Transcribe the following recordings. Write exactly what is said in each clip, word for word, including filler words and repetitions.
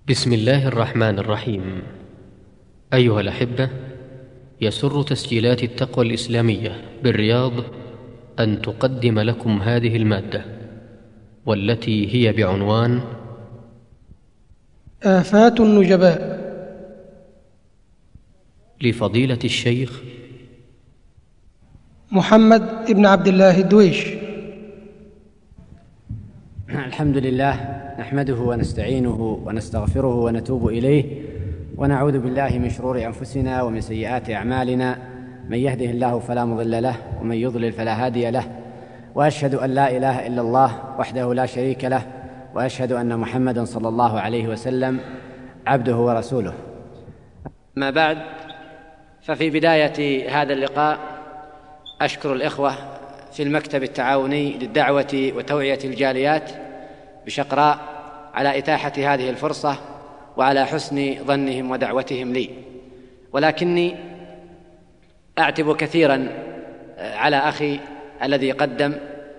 بسم الله الرحمن الرحيم. أيها الأحبة، يسر تسجيلات التقوى الإسلامية بالرياض أن تقدم لكم هذه المادة، والتي هي بعنوان آفات النجباء، لفضيلة الشيخ محمد بن عبد الله الدويش. الحمد لله، نحمده ونستعينه ونستغفره ونتوب إليه، ونعوذ بالله من شرور أنفسنا ومن سيئات أعمالنا. من يهده الله فلا مضل له، ومن يضلل فلا هادي له، وأشهد أن لا إله إلا الله وحده لا شريك له، وأشهد أن محمدًا صلى الله عليه وسلم عبده ورسوله. ما بعد، ففي بداية هذا اللقاء أشكر الإخوة في المكتب التعاوني للدعوة وتوعية الجاليات بشقراء على إتاحة هذه الفرصة وعلى حسن ظنهم ودعوتهم لي، ولكني أعتب كثيرا على أخي الذي قدم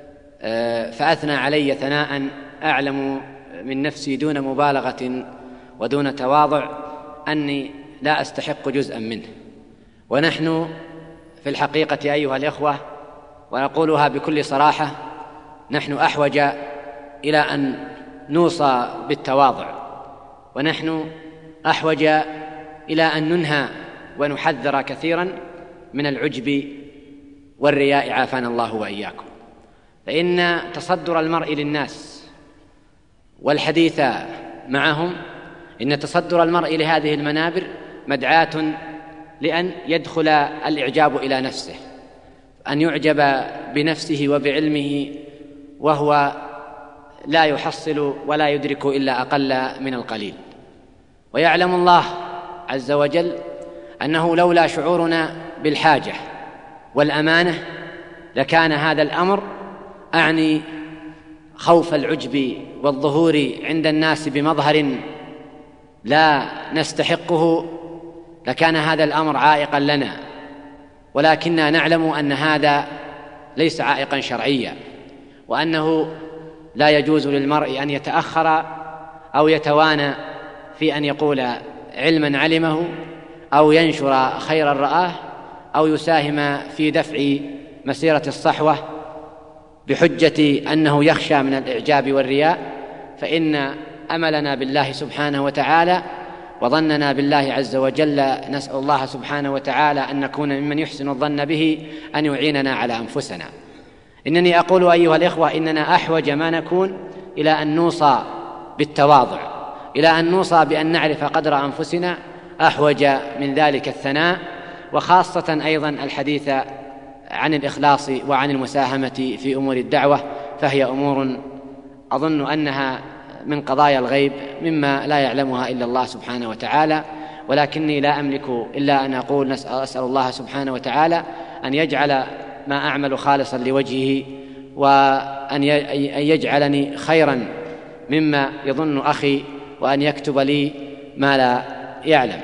فأثنى علي ثناء أعلم من نفسي دون مبالغة ودون تواضع أني لا أستحق جزءا منه. ونحن في الحقيقة أيها الإخوة، ونقولها بكل صراحة، نحن أحوج إلى أن نوصى بالتواضع، ونحن أحوج إلى أن ننهى ونحذر كثيرا من العجب والرياء، عافانا الله وإياكم. فإن تصدر المرء للناس والحديث معهم، إن تصدر المرء لهذه المنابر مدعاة لأن يدخل الإعجاب إلى نفسه، أن يعجب بنفسه وبعلمه وهو لا يحصل ولا يدرك إلا أقل من القليل. ويعلم الله عز وجل أنه لولا شعورنا بالحاجة والأمانة لكان هذا الأمر، أعني خوف العجب والظهور عند الناس بمظهر لا نستحقه، لكان هذا الأمر عائقا لنا. ولكننا نعلم أن هذا ليس عائقا شرعيا، وأنه لا يجوز للمرء أن يتأخر أو يتوانى في أن يقول علما علمه، أو ينشر خيرا رآه، أو يساهم في دفع مسيرة الصحوة بحجة أنه يخشى من الإعجاب والرياء. فإن أملنا بالله سبحانه وتعالى وظننا بالله عز وجل، نسأل الله سبحانه وتعالى أن نكون ممن يحسن الظن به أن يعيننا على أنفسنا. إنني أقول أيها الإخوة، إننا أحوج ما نكون إلى أن نوصى بالتواضع، إلى أن نوصى بأن نعرف قدر أنفسنا، أحوج من ذلك الثناء، وخاصة أيضا الحديث عن الإخلاص وعن المساهمة في أمور الدعوة، فهي أمور أظن أنها من قضايا الغيب مما لا يعلمها إلا الله سبحانه وتعالى. ولكني لا أملك إلا أن أقول أسأل الله سبحانه وتعالى أن يجعل ما أعمل خالصا لوجهه، وأن يجعلني خيرا مما يظن أخي، وأن يكتب لي ما لا يعلم.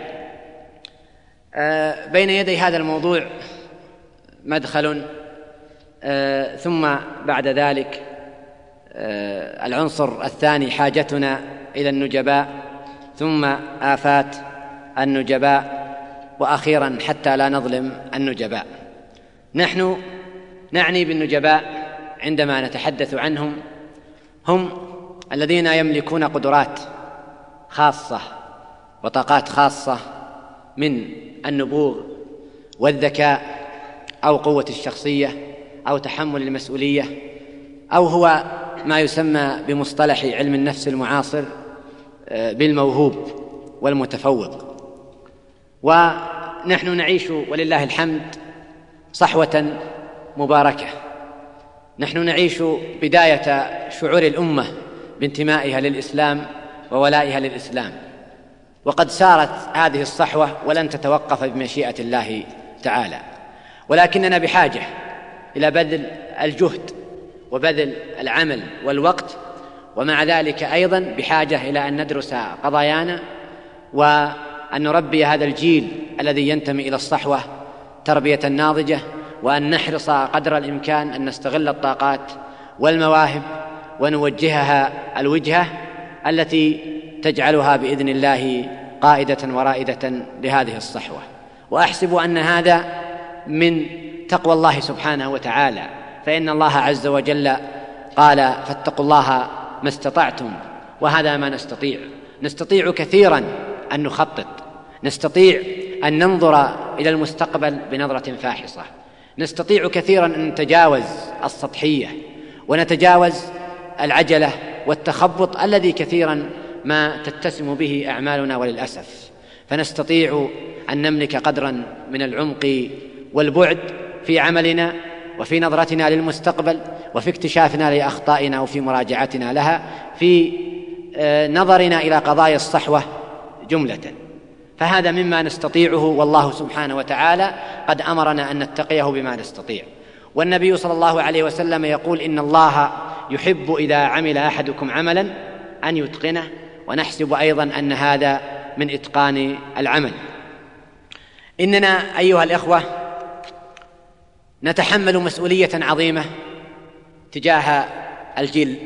بين يدي هذا الموضوع مدخل، ثم بعد ذلك العنصر الثاني حاجتنا إلى النجباء، ثم آفات النجباء، وأخيرا حتى لا نظلم النجباء. نحن نعني بالنجباء عندما نتحدث عنهم هم الذين يملكون قدرات خاصة وطاقات خاصة من النبوغ والذكاء، أو قوة الشخصية، أو تحمل المسؤولية، أو هو ما يسمى بمصطلح علم النفس المعاصر بالموهوب والمتفوق. ونحن نعيش ولله الحمد صحوة مباركة، نحن نعيش بداية شعور الأمة بانتمائها للإسلام وولائها للإسلام، وقد سارت هذه الصحوة ولن تتوقف بمشيئة الله تعالى. ولكننا بحاجة إلى بذل الجهد وبذل العمل والوقت، ومع ذلك أيضا بحاجة إلى أن ندرس قضايانا، وأن نربي هذا الجيل الذي ينتمي إلى الصحوة تربية ناضجة، وأن نحرص قدر الإمكان أن نستغل الطاقات والمواهب ونوجهها الوجهة التي تجعلها بإذن الله قائدة ورائدة لهذه الصحوة. وأحسب أن هذا من تقوى الله سبحانه وتعالى، فإن الله عز وجل قال: فاتقوا الله ما استطعتم، وهذا ما نستطيع. نستطيع كثيرا أن نخطط، نستطيع أن ننظر إلى المستقبل بنظرة فاحصة، نستطيع كثيرا أن نتجاوز السطحية ونتجاوز العجلة والتخبط الذي كثيرا ما تتسم به أعمالنا وللأسف. فنستطيع أن نملك قدرا من العمق والبعد في عملنا وفي نظرتنا للمستقبل وفي اكتشافنا لأخطائنا وفي مراجعتنا لها، في نظرنا إلى قضايا الصحوة جملة. فهذا مما نستطيعه، والله سبحانه وتعالى قد أمرنا أن نتقيه بما نستطيع. والنبي صلى الله عليه وسلم يقول: إن الله يحب إذا عمل أحدكم عملا أن يتقنه. ونحسب أيضا أن هذا من إتقان العمل. إننا أيها الإخوة نتحمل مسؤولية عظيمة تجاه الجيل،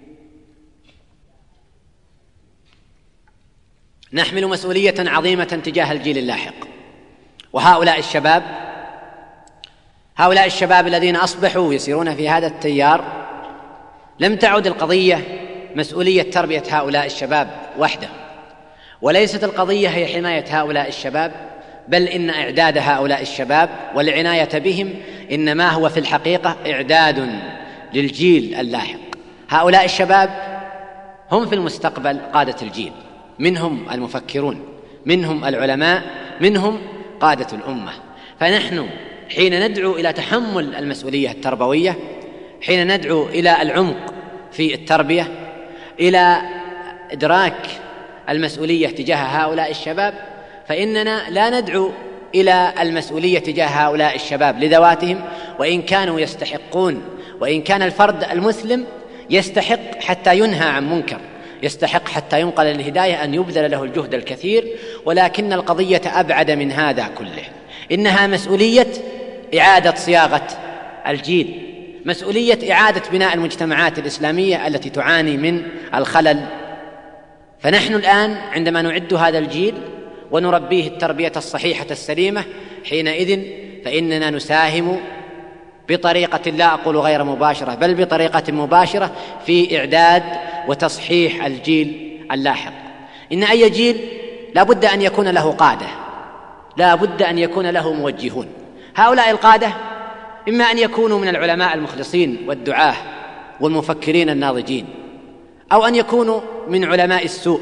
نحمل مسؤولية عظيمة تجاه الجيل اللاحق. وهؤلاء الشباب هؤلاء الشباب الذين أصبحوا يسيرون في هذا التيار، لم تعد القضية مسؤولية تربية هؤلاء الشباب وحده، وليست القضية هي حماية هؤلاء الشباب، بل إن إعداد هؤلاء الشباب والعناية بهم إنما هو في الحقيقة إعداد للجيل اللاحق. هؤلاء الشباب هم في المستقبل قادة الجيل، منهم المفكرون، منهم العلماء، منهم قادة الأمة. فنحن حين ندعو إلى تحمل المسؤولية التربوية، حين ندعو إلى العمق في التربية، إلى إدراك المسؤولية تجاه هؤلاء الشباب، فإننا لا ندعو إلى المسؤولية تجاه هؤلاء الشباب لذواتهم، وإن كانوا يستحقون، وإن كان الفرد المسلم يستحق حتى ينهى عن منكر، يستحق حتى ينقل للهداية أن يبذل له الجهد الكثير، ولكن القضية أبعد من هذا كله. إنها مسؤولية إعادة صياغة الجيل، مسؤولية إعادة بناء المجتمعات الإسلامية التي تعاني من الخلل. فنحن الآن عندما نعد هذا الجيل ونربيه التربية الصحيحة السليمة، حينئذ فإننا نساهم بطريقة لا أقول غير مباشرة بل بطريقة مباشرة في إعداد وتصحيح الجيل اللاحق. إن أي جيل لا بد أن يكون له قادة، لا بد أن يكون له موجهون. هؤلاء القادة إما أن يكونوا من العلماء المخلصين والدعاة والمفكرين الناضجين، أو أن يكونوا من علماء السوء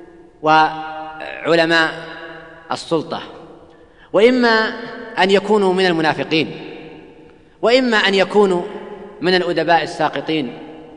وعلماء السلطة، وإما أن يكونوا من المنافقين، وإما أن يكونوا من الأدباء الساقطين،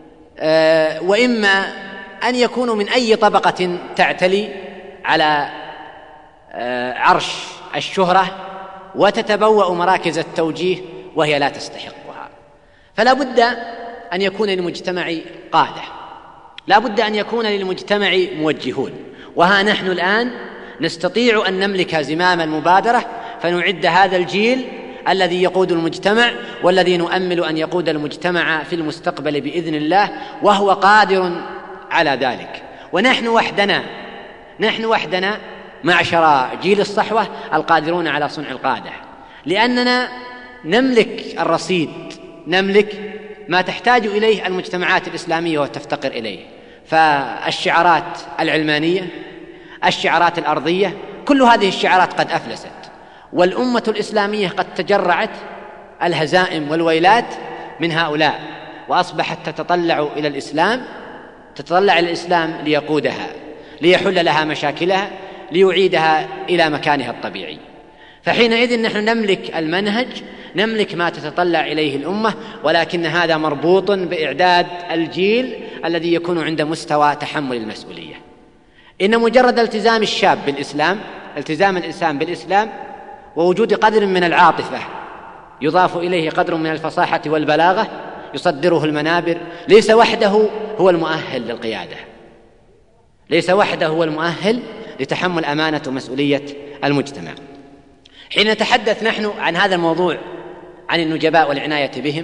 وإما أن يكونوا من أي طبقة تعتلي على عرش الشهرة وتتبوأ مراكز التوجيه وهي لا تستحقها. فلا بد أن يكون للمجتمع قادة، لا بد أن يكون للمجتمع موجهون. وها نحن الآن نستطيع أن نملك زمام المبادرة فنعد هذا الجيل الذي يقود المجتمع، والذي نؤمل أن يقود المجتمع في المستقبل بإذن الله، وهو قادر على ذلك. ونحن وحدنا نحن وحدنا معشر جيل الصحوة القادرون على صنع القادة، لأننا نملك الرصيد، نملك ما تحتاج إليه المجتمعات الإسلامية وتفتقر إليه. فالشعارات العلمانية، الشعارات الأرضية، كل هذه الشعارات قد أفلست، والأمة الإسلامية قد تجرعت الهزائم والويلات من هؤلاء، وأصبحت تتطلع إلى الإسلام تتطلع إلى الإسلام ليقودها، ليحل لها مشاكلها، ليعيدها إلى مكانها الطبيعي. فحينئذ نحن نملك المنهج، نملك ما تتطلع إليه الأمة، ولكن هذا مربوط بإعداد الجيل الذي يكون عند مستوى تحمل المسؤولية. إن مجرد التزام الشاب بالإسلام، التزام الإنسان بالإسلام، ووجود قدر من العاطفة يضاف إليه قدر من الفصاحة والبلاغة يصدره المنابر، ليس وحده هو المؤهل للقيادة، ليس وحده هو المؤهل لتحمل أمانة ومسؤولية المجتمع. حين نتحدث نحن عن هذا الموضوع، عن النجباء والعناية بهم،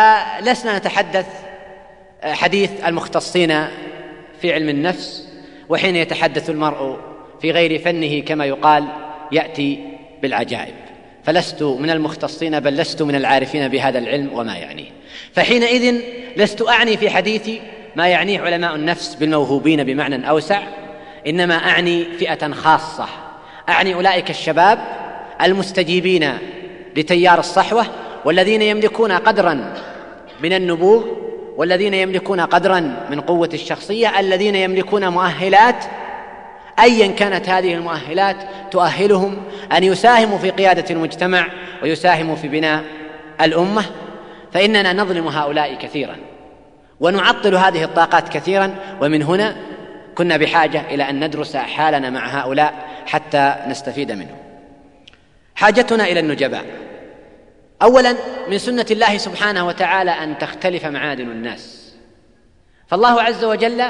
فلسنا نتحدث حديث المختصين في علم النفس وحين يتحدث المرء في غير فنه كما يقال يأتي بالعجائب، فلست من المختصين بل لست من العارفين بهذا العلم وما يعنيه. فحينئذ لست أعني في حديثي ما يعنيه علماء النفس بالموهوبين بمعنى أوسع، إنما أعني فئة خاصة، أعني أولئك الشباب المستجيبين لتيار الصحوة، والذين يملكون قدرا من النبوغ، والذين يملكون قدرا من قوة الشخصية، الذين يملكون مؤهلات أيا كانت هذه المؤهلات تؤهلهم أن يساهموا في قيادة المجتمع ويساهموا في بناء الأمة. فإننا نظلم هؤلاء كثيرا ونعطل هذه الطاقات كثيرا، ومن هنا كنا بحاجة إلى أن ندرس حالنا مع هؤلاء حتى نستفيد منهم. حاجتنا إلى النجباء. أولا، من سنة الله سبحانه وتعالى أن تختلف معادن الناس، فالله عز وجل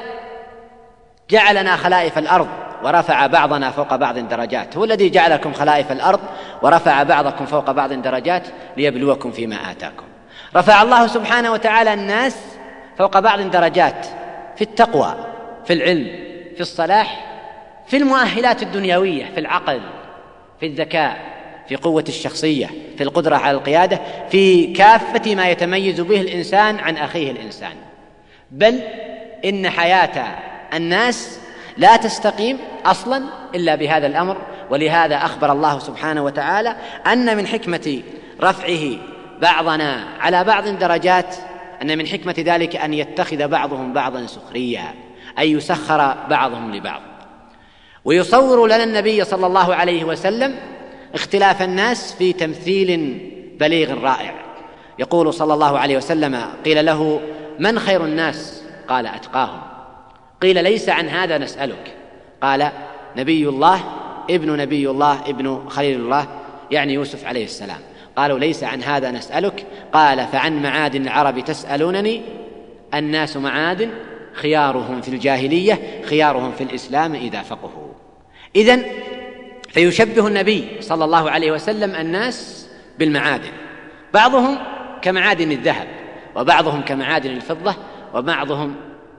جعلنا خلائف الأرض ورفع بعضنا فوق بعض درجات، هو الذي جعلكم خلائف الأرض ورفع بعضكم فوق بعض درجات ليبلوكم فيما آتاكم. رفع الله سبحانه وتعالى الناس فوق بعض درجات في التقوى، في العلم، في الصلاح، في المؤهلات الدنيوية، في العقل، في الذكاء، في قوة الشخصية، في القدرة على القيادة، في كافة ما يتميز به الإنسان عن أخيه الإنسان. بل إن حياة الناس لا تستقيم أصلا إلا بهذا الأمر. ولهذا أخبر الله سبحانه وتعالى أن من حكمة رفعه بعضنا على بعض درجات، أن من حكمة ذلك أن يتخذ بعضهم بعضا سخريا، أي يسخر بعضهم لبعض. ويصور لنا النبي صلى الله عليه وسلم اختلاف الناس في تمثيل بليغ رائع. يقول صلى الله عليه وسلم: قيل له: من خير الناس؟ قال: أتقاهم. قيل: ليس عن هذا نسألك. قال: نبي الله ابن نبي الله ابن خليل الله، يعني يوسف عليه السلام. قالوا: ليس عن هذا نسألك. قال: فعن معادن العرب تسألونني؟ الناس معادن، خيارهم في الجاهلية خيارهم في الإسلام إذا فقهوا. إذن فيشبه النبي صلى الله عليه وسلم الناس بالمعادن، بعضهم كمعادن الذهب، وبعضهم كمعادن الفضة، وبعضهم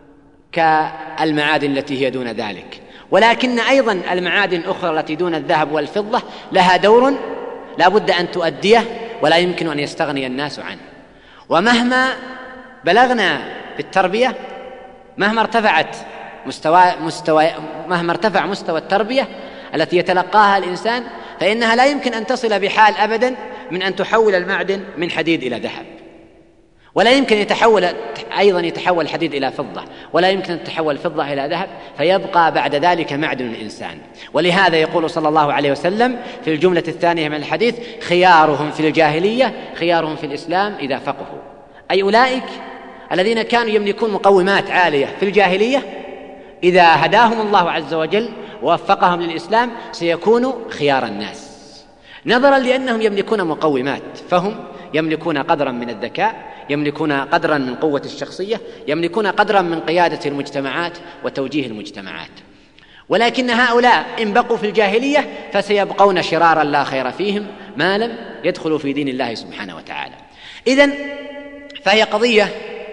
كالمعادن التي هي دون ذلك. ولكن أيضا المعادن الأخرى التي دون الذهب والفضة لها دور لا بد أن تؤديه، ولا يمكن أن يستغني الناس عنه. ومهما بلغنا بالتربية، مهما ارتفعت مستوى مستوى مهما ارتفع مستوى التربية التي يتلقاها الإنسان، فإنها لا يمكن أن تصل بحال أبدا من أن تحول المعدن من حديد إلى ذهب، ولا يمكن يتحول أيضا يتحول الحديد إلى فضة، ولا يمكن أن تتحول الفضة إلى ذهب، فيبقى بعد ذلك معدن الإنسان. ولهذا يقول صلى الله عليه وسلم في الجملة الثانية من الحديث: خيارهم في الجاهلية خيارهم في الإسلام إذا فقهوا. أي أولئك الذين كانوا يملكون مقومات عالية في الجاهلية، إذا هداهم الله عز وجل ووفقهم للإسلام سيكونوا خيار الناس، نظرا لأنهم يملكون مقومات، فهم يملكون قدرا من الذكاء، يملكون قدرا من قوة الشخصية، يملكون قدرا من قيادة المجتمعات وتوجيه المجتمعات. ولكن هؤلاء إن بقوا في الجاهلية فسيبقون شرارا لا خير فيهم ما لم يدخلوا في دين الله سبحانه وتعالى. إذن فهي قضية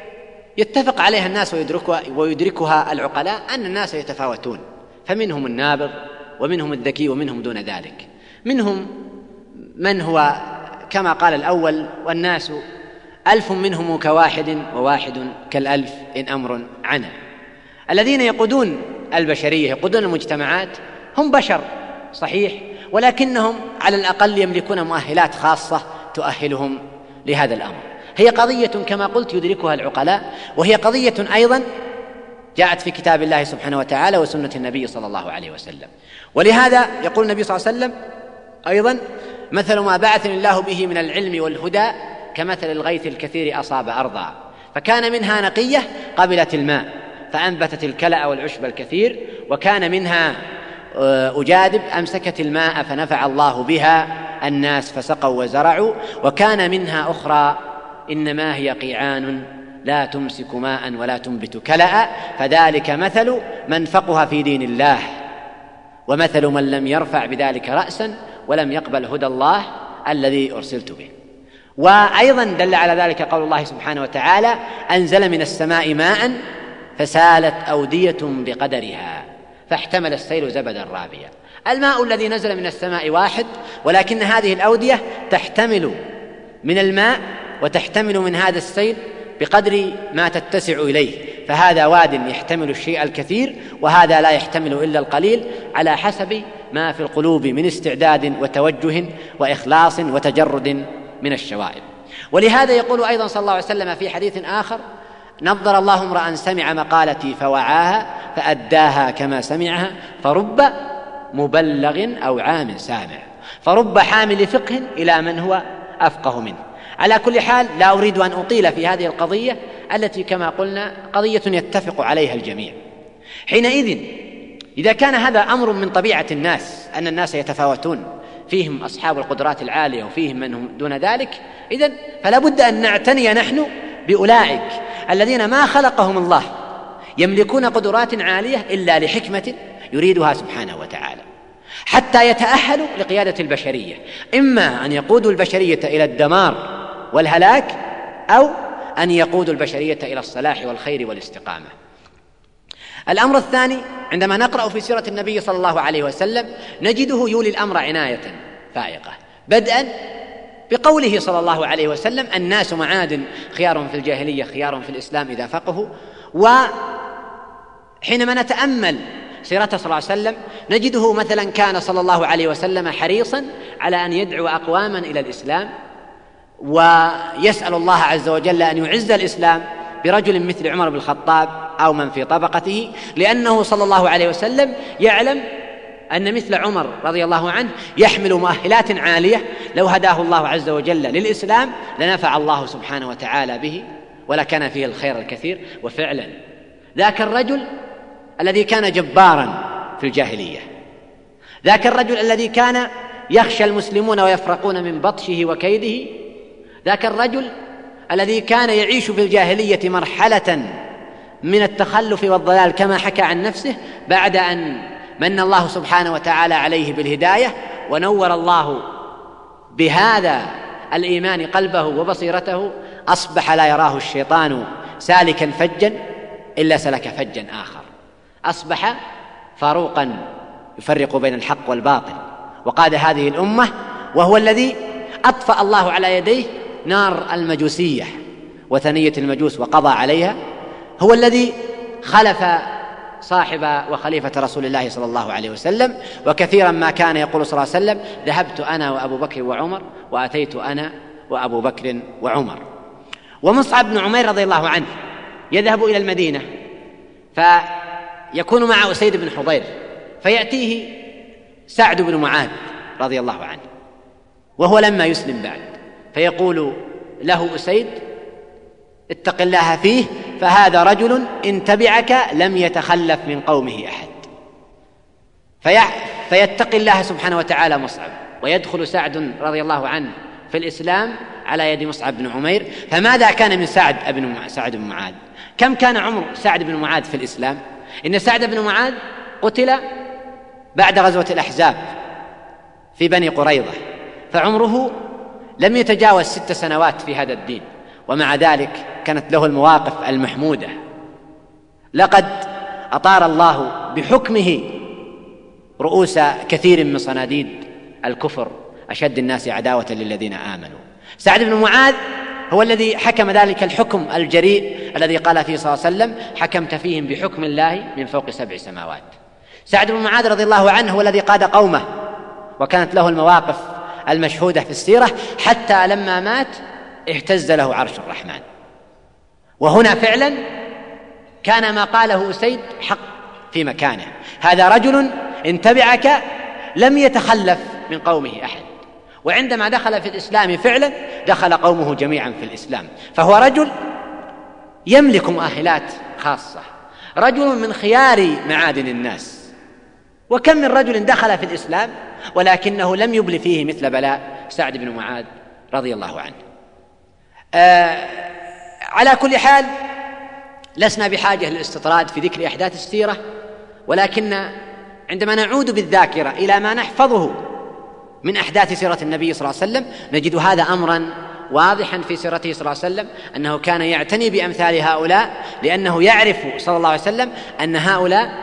يتفق عليها الناس ويدركها, ويدركها العقلاء، أن الناس يتفاوتون، فمنهم النابغ ومنهم الذكي ومنهم دون ذلك. منهم من هو كما قال الأول: والناس ألف منهم كواحد وواحد كالألف إن أمر عنا. الذين يقودون البشرية يقودون المجتمعات هم بشر صحيح، ولكنهم على الأقل يملكون مؤهلات خاصة تؤهلهم لهذا الأمر. هي قضية كما قلت يدركها العقلاء، وهي قضية أيضا جاءت في كتاب الله سبحانه وتعالى وسنة النبي صلى الله عليه وسلم. ولهذا يقول النبي صلى الله عليه وسلم أيضا: مثل ما بعثني الله به من العلم والهدى كمثل الغيث الكثير أصاب أرضا فكان منها نقية قبلت الماء فأنبتت الكلأ والعشب الكثير، وكان منها أجادب أمسكت الماء فنفع الله بها الناس فسقوا وزرعوا، وكان منها أخرى إنما هي قيعان لا تمسك ماء ولا تنبت كلأ فذلك مثل من فقه في دين الله، ومثل من لم يرفع بذلك رأسا ولم يقبل هدى الله الذي أرسلت به. وأيضا دل على ذلك قول الله سبحانه وتعالى: أنزل من السماء ماء فسالت أودية بقدرها فاحتمل السيل زبدا رابيا. الماء الذي نزل من السماء واحد، ولكن هذه الأودية تحتمل من الماء وتحتمل من هذا السيل بقدر ما تتسع إليه، فهذا واد يحتمل الشيء الكثير وهذا لا يحتمل إلا القليل، على حسب ما في القلوب من استعداد وتوجه وإخلاص وتجرد من الشوائب. ولهذا يقول أيضا صلى الله عليه وسلم في حديث آخر: نضر الله امرأ سمع مقالتي فوعاها فأداها كما سمعها، فرب مبلغ أو عام سامع، فرب حامل فقه إلى من هو أفقه منه. على كل حال لا أريد أن أطيل في هذه القضية التي كما قلنا قضية يتفق عليها الجميع. حينئذ إذا كان هذا أمر من طبيعة الناس، أن الناس يتفاوتون، فيهم أصحاب القدرات العالية وفيهم من هم دون ذلك، إذن فلا بد أن نعتني نحن بأولئك الذين ما خلقهم الله يملكون قدرات عالية إلا لحكمة يريدها سبحانه وتعالى، حتى يتأهلوا لقيادة البشرية، إما أن يقودوا البشرية إلى الدمار والهلاك، أو أن يقودوا البشرية إلى الصلاح والخير والاستقامة. الأمر الثاني، عندما نقرأ في سيرة النبي صلى الله عليه وسلم نجده يولي الأمر عناية فائقة، بدءا بقوله صلى الله عليه وسلم: الناس معادن، خيار في الجاهلية خيار في الإسلام إذا فقهوا. وحينما نتأمل سيرته صلى الله عليه وسلم نجده مثلا كان صلى الله عليه وسلم حريصا على أن يدعو أقواما إلى الإسلام، ويسأل الله عز وجل أن يعز الإسلام برجل مثل عمر بن الخطاب أو من في طبقته، لأنه صلى الله عليه وسلم يعلم أن مثل عمر رضي الله عنه يحمل مؤهلات عالية، لو هداه الله عز وجل للإسلام لنفع الله سبحانه وتعالى به ولكان فيه الخير الكثير. وفعلا ذاك الرجل الذي كان جبارا في الجاهلية، ذاك الرجل الذي كان يخشى المسلمون ويفرقون من بطشه وكيده، ذاك الرجل الذي كان يعيش في الجاهلية مرحلة من التخلف والضلال كما حكى عن نفسه، بعد أن من الله سبحانه وتعالى عليه بالهداية ونور الله بهذا الإيمان قلبه وبصيرته، أصبح لا يراه الشيطان سالكا فجا إلا سلك فجا آخر، أصبح فاروقا يفرق بين الحق والباطل، وقاد هذه الأمة، وهو الذي أطفأ الله على يديه نار المجوسية وثنية المجوس وقضى عليها، هو الذي خلف صاحب وخليفة رسول الله صلى الله عليه وسلم. وكثيرا ما كان يقول صلى الله عليه وسلم: ذهبت أنا وأبو بكر وعمر وأتيت أنا وأبو بكر وعمر. ومصعب بن عمير رضي الله عنه يذهب إلى المدينة فيكون مع أسيد بن حضير، فيأتيه سعد بن معاذ رضي الله عنه وهو لما يسلم بعد، فيقول له أسيد: اتق الله فيه، فهذا رجل إن تبعك لم يتخلف من قومه أحد. فيتقي الله سبحانه وتعالى مصعب، ويدخل سعد رضي الله عنه في الإسلام على يد مصعب بن عمير. فماذا كان من سعد بن سعد بن معاذ؟ كم كان عمر سعد بن معاذ في الإسلام؟ إن سعد بن معاذ قتل بعد غزوة الأحزاب في بني قريظة، فعمره لم يتجاوز ست سنوات في هذا الدين، ومع ذلك كانت له المواقف المحمودة. لقد أطار الله بحكمه رؤوس كثير من صناديد الكفر أشد الناس عداوة للذين آمنوا. سعد بن معاذ هو الذي حكم ذلك الحكم الجريء الذي قال فيه صلى الله عليه وسلم: حكمت فيهم بحكم الله من فوق سبع سماوات. سعد بن معاذ رضي الله عنه هو الذي قاد قومه، وكانت له المواقف المشهودة في السيرة، حتى لما مات اهتز له عرش الرحمن. وهنا فعلا كان ما قاله أسيد حق في مكانه، هذا رجل إن تبعك لم يتخلف من قومه أحد، وعندما دخل في الإسلام فعلا دخل قومه جميعا في الإسلام، فهو رجل يملك مؤهلات خاصة، رجل من خيار معادن الناس. وكم من رجل دخل في الإسلام ولكنه لم يبل فيه مثل بلاء سعد بن معاذ رضي الله عنه. آه على كل حال لسنا بحاجة للاستطراد في ذكر أحداث السيرة، ولكن عندما نعود بالذاكرة إلى ما نحفظه من أحداث سيرة النبي صلى الله عليه وسلم نجد هذا أمرا واضحا في سيرته صلى الله عليه وسلم، أنه كان يعتني بأمثال هؤلاء، لأنه يعرف صلى الله عليه وسلم أن هؤلاء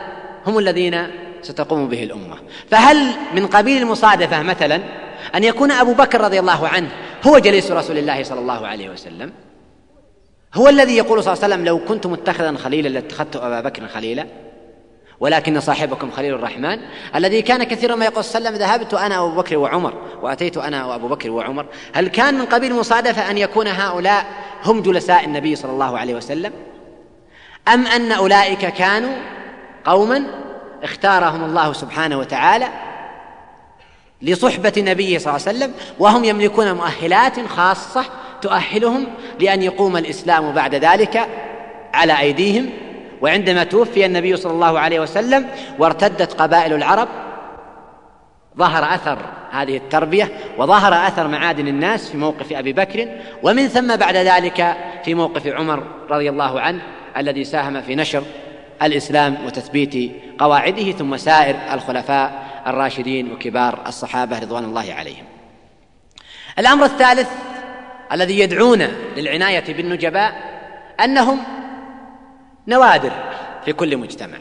هم الذين ستقوم به الأمة. فهل من قبيل المصادفة مثلا أن يكون أبو بكر رضي الله عنه هو جليس رسول الله صلى الله عليه وسلم، هو الذي يقول صلى الله عليه وسلم لو كنت متخذا خليلا لاتخذت أبا بكر خليلا ولكن صاحبكم خليل الرحمن، الذي كان كثيرا ما يقول صلى الله عليه وسلم ذهبت أنا وأبو بكر وعمر وأتيت أنا وأبو بكر وعمر؟ هل كان من قبيل المصادفة أن يكون هؤلاء هم جلساء النبي صلى الله عليه وسلم، أم أن أولئك كانوا قوما اختارهم الله سبحانه وتعالى لصحبة نبيه صلى الله عليه وسلم، وهم يملكون مؤهلات خاصة تؤهلهم لأن يقوم الإسلام بعد ذلك على أيديهم؟ وعندما توفي النبي صلى الله عليه وسلم وارتدت قبائل العرب ظهر أثر هذه التربية وظهر أثر معادن الناس في موقف أبي بكر، ومن ثم بعد ذلك في موقف عمر رضي الله عنه الذي ساهم في نشر الإسلام وتثبيت قواعده، ثم سائر الخلفاء الراشدين وكبار الصحابة رضوان الله عليهم. الأمر الثالث الذي يدعون للعناية بالنجباء أنهم نوادر في كل مجتمع،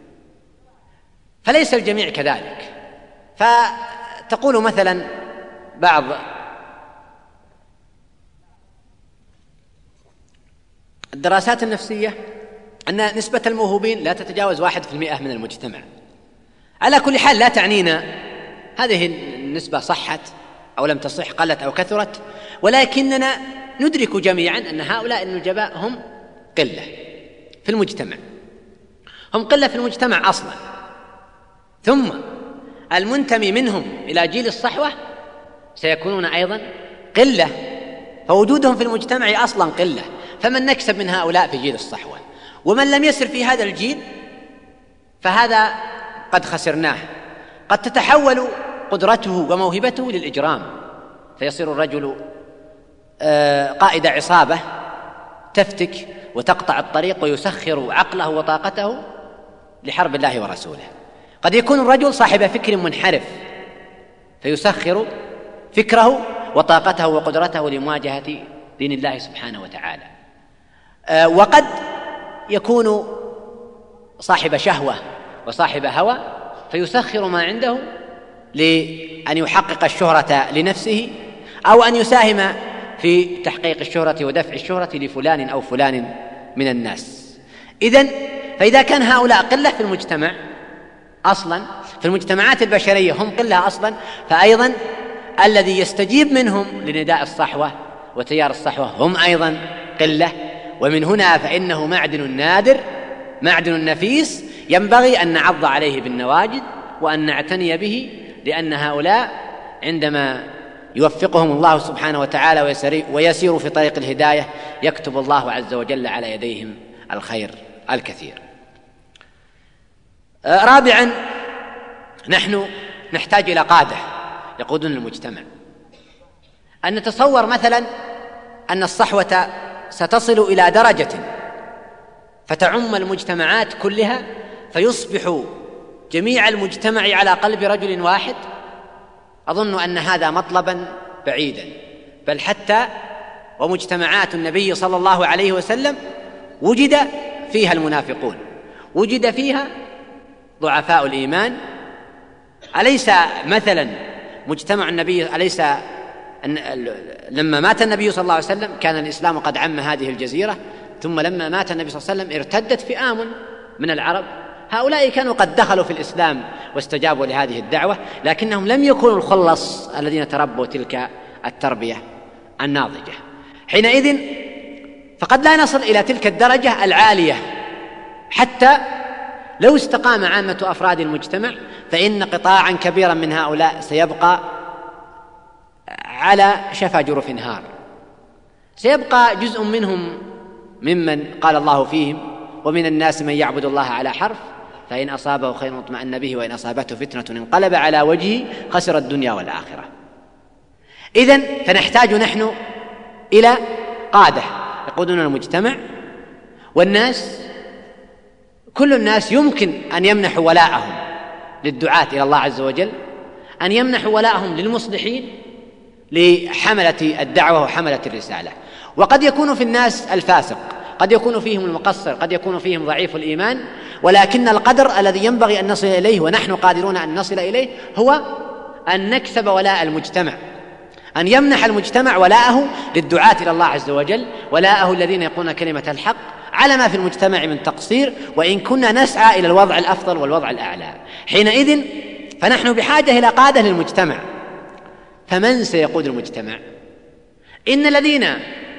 فليس الجميع كذلك. فتقول مثلا بعض الدراسات النفسية أن نسبة الموهوبين لا تتجاوز واحد في المئة من المجتمع. على كل حال لا تعنينا هذه النسبة صحت أو لم تصح، قلت أو كثرت، ولكننا ندرك جميعا أن هؤلاء النجباء هم قلة في المجتمع، هم قلة في المجتمع أصلا، ثم المنتمي منهم إلى جيل الصحوة سيكونون أيضا قلة، فوجودهم في المجتمع أصلا قلة. فمن نكسب من هؤلاء في جيل الصحوة؟ ومن لم يسر في هذا الجيل فهذا قد خسرناه. قد تتحول قدرته وموهبته للإجرام، فيصير الرجل قائد عصابة تفتك وتقطع الطريق ويسخر عقله وطاقته لحرب الله ورسوله. قد يكون الرجل صاحب فكر منحرف فيسخر فكره وطاقته وقدرته لمواجهة دين الله سبحانه وتعالى. وقد يكون صاحب شهوة وصاحب هوى فيسخر ما عنده لأن يحقق الشهرة لنفسه أو أن يساهم في تحقيق الشهرة ودفع الشهرة لفلان أو فلان من الناس. إذن فإذا كان هؤلاء قلة في المجتمع أصلا، في المجتمعات البشرية هم قلة أصلا، فأيضا الذي يستجيب منهم لنداء الصحوة وتيار الصحوة هم أيضا قلة. ومن هنا فإنه معدن نادر، معدن نفيس، ينبغي أن نعض عليه بالنواجذ وأن نعتني به، لأن هؤلاء عندما يوفقهم الله سبحانه وتعالى ويسير في طريق الهداية يكتب الله عز وجل على يديهم الخير الكثير. رابعا، نحن نحتاج إلى قادة يقودون المجتمع. أن نتصور مثلا أن الصحوة ستصل إلى درجة فتعم المجتمعات كلها فيصبح جميع المجتمع على قلب رجل واحد. أظن أن هذا مطلبا بعيدا، بل حتى ومجتمعات النبي صلى الله عليه وسلم وجد فيها المنافقون، وجد فيها ضعفاء الإيمان. أليس مثلا مجتمع النبي، أليس لما مات النبي صلى الله عليه وسلم كان الإسلام قد عم هذه الجزيرة، ثم لما مات النبي صلى الله عليه وسلم ارتدت فئام من العرب، هؤلاء كانوا قد دخلوا في الإسلام واستجابوا لهذه الدعوة، لكنهم لم يكونوا الخلص الذين تربوا تلك التربية الناضجة. حينئذ فقد لا نصل إلى تلك الدرجة العالية، حتى لو استقام عامة أفراد المجتمع فإن قطاعا كبيرا من هؤلاء سيبقى على شفا جرف هار، سيبقى جزء منهم ممن قال الله فيهم ومن الناس من يعبد الله على حرف فإن أصابه خير اطمأن به وإن أصابته فتنة انقلب على وجهه خسر الدنيا والآخرة. إذن فنحتاج نحن إلى قادة يقودون المجتمع، والناس كل الناس يمكن أن يمنحوا ولاءهم للدعاة إلى الله عز وجل، أن يمنحوا ولاءهم للمصلحين لحملة الدعوة وحملة الرسالة. وقد يكون في الناس الفاسق، قد يكون فيهم المقصر، قد يكون فيهم ضعيف الإيمان، ولكن القدر الذي ينبغي أن نصل إليه ونحن قادرون أن نصل إليه هو أن نكسب ولاء المجتمع، أن يمنح المجتمع ولاءه للدعاة إلى الله عز وجل، ولاءه الذين يقولون كلمة الحق على ما في المجتمع من تقصير، وإن كنا نسعى إلى الوضع الأفضل والوضع الأعلى. حينئذ فنحن بحاجة إلى قادة للمجتمع. فمن سيقود المجتمع؟ إن الذين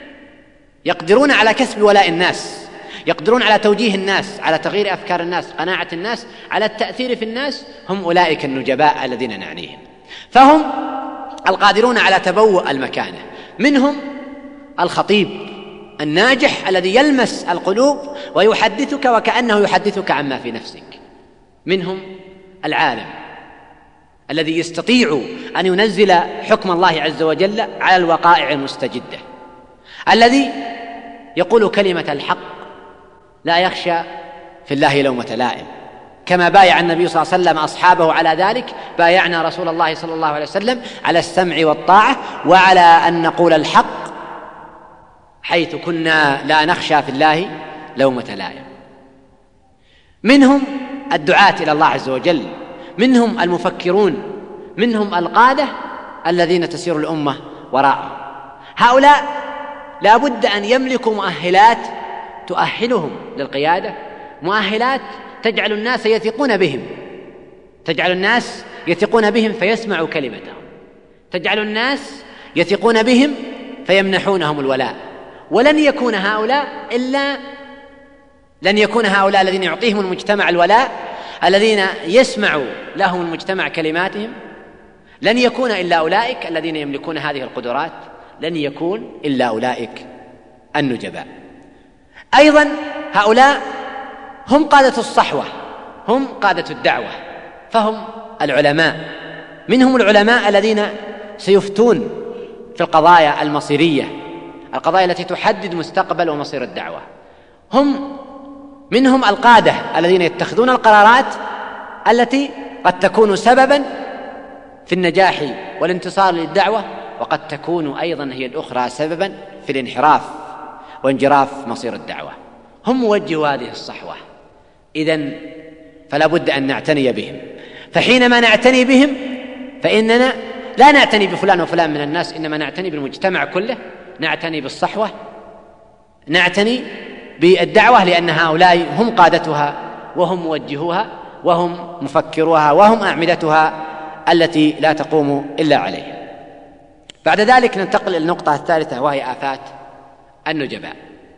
يقدرون على كسب ولاء الناس، يقدرون على توجيه الناس، على تغيير أفكار الناس، قناعة الناس، على التأثير في الناس، هم أولئك النجباء الذين نعنيهم. فهم القادرون على تبوء المكانة. منهم الخطيب الناجح الذي يلمس القلوب ويحدثك وكأنه يحدثك عما في نفسك. منهم العالم الذي يستطيع أن ينزل حكم الله عز وجل على الوقائع المستجدة، الذي يقول كلمة الحق لا يخشى في الله لومة لائم، كما بايع النبي صلى الله عليه وسلم أصحابه على ذلك. بايعنا رسول الله صلى الله عليه وسلم على السمع والطاعة وعلى أن نقول الحق حيث كنا لا نخشى في الله لومة لائم. منهم الدعاة إلى الله عز وجل، منهم المفكرون، منهم القادة الذين تسير الأمة وراءهم. هؤلاء لا بد أن يملكوا مؤهلات تؤهلهم للقيادة، مؤهلات تجعل الناس يثقون بهم، تجعل الناس يثقون بهم فيسمعوا كلمتهم، تجعل الناس يثقون بهم فيمنحونهم الولاء. ولن يكون هؤلاء إلا لن يكون هؤلاء الذين يعطيهم المجتمع الولاء، الذين يسمع لهم المجتمع كلماتهم، لن يكون إلا أولئك الذين يملكون هذه القدرات، لن يكون إلا أولئك النجباء. أيضا هؤلاء هم قادة الصحوة، هم قادة الدعوة، فهم العلماء. منهم العلماء الذين سيفتون في القضايا المصيرية، القضايا التي تحدد مستقبل ومصير الدعوة. هم منهم القادة الذين يتخذون القرارات التي قد تكون سببا في النجاح والانتصار للدعوة، وقد تكون أيضا هي الأخرى سببا في الانحراف وانجراف مصير الدعوة. هم موجهوا هذه الصحوة، إذن فلا بد أن نعتني بهم. فحينما نعتني بهم فإننا لا نعتني بفلان وفلان من الناس، إنما نعتني بالمجتمع كله، نعتني بالصحوة، نعتني بالدعوة، لأن هؤلاء هم قادتها وهم موجهوها وهم مفكروها وهم أعمدتها التي لا تقوم إلا عليها. بعد ذلك ننتقل إلى النقطة الثالثة، وهي آفات النجباء.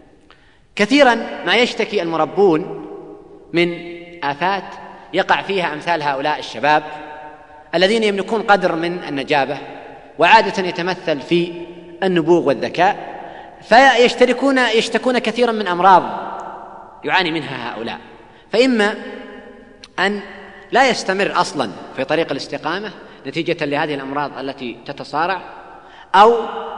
كثيرا ما يشتكي المربون من آفات يقع فيها أمثال هؤلاء الشباب الذين يملكون قدر من النجابة، وعادة يتمثل في النبوغ والذكاء، فيشتركون يشتكون كثيرا من أمراض يعاني منها هؤلاء. فإما أن لا يستمر أصلا في طريق الاستقامة نتيجة لهذه الأمراض التي تتصارع، أو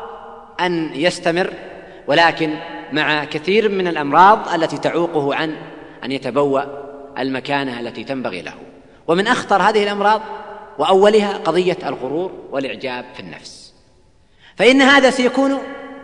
أن يستمر ولكن مع كثير من الأمراض التي تعوقه عن أن يتبوأ المكانة التي تنبغي له. ومن أخطر هذه الأمراض وأولها قضية الغرور والإعجاب في النفس، فإن هذا سيكون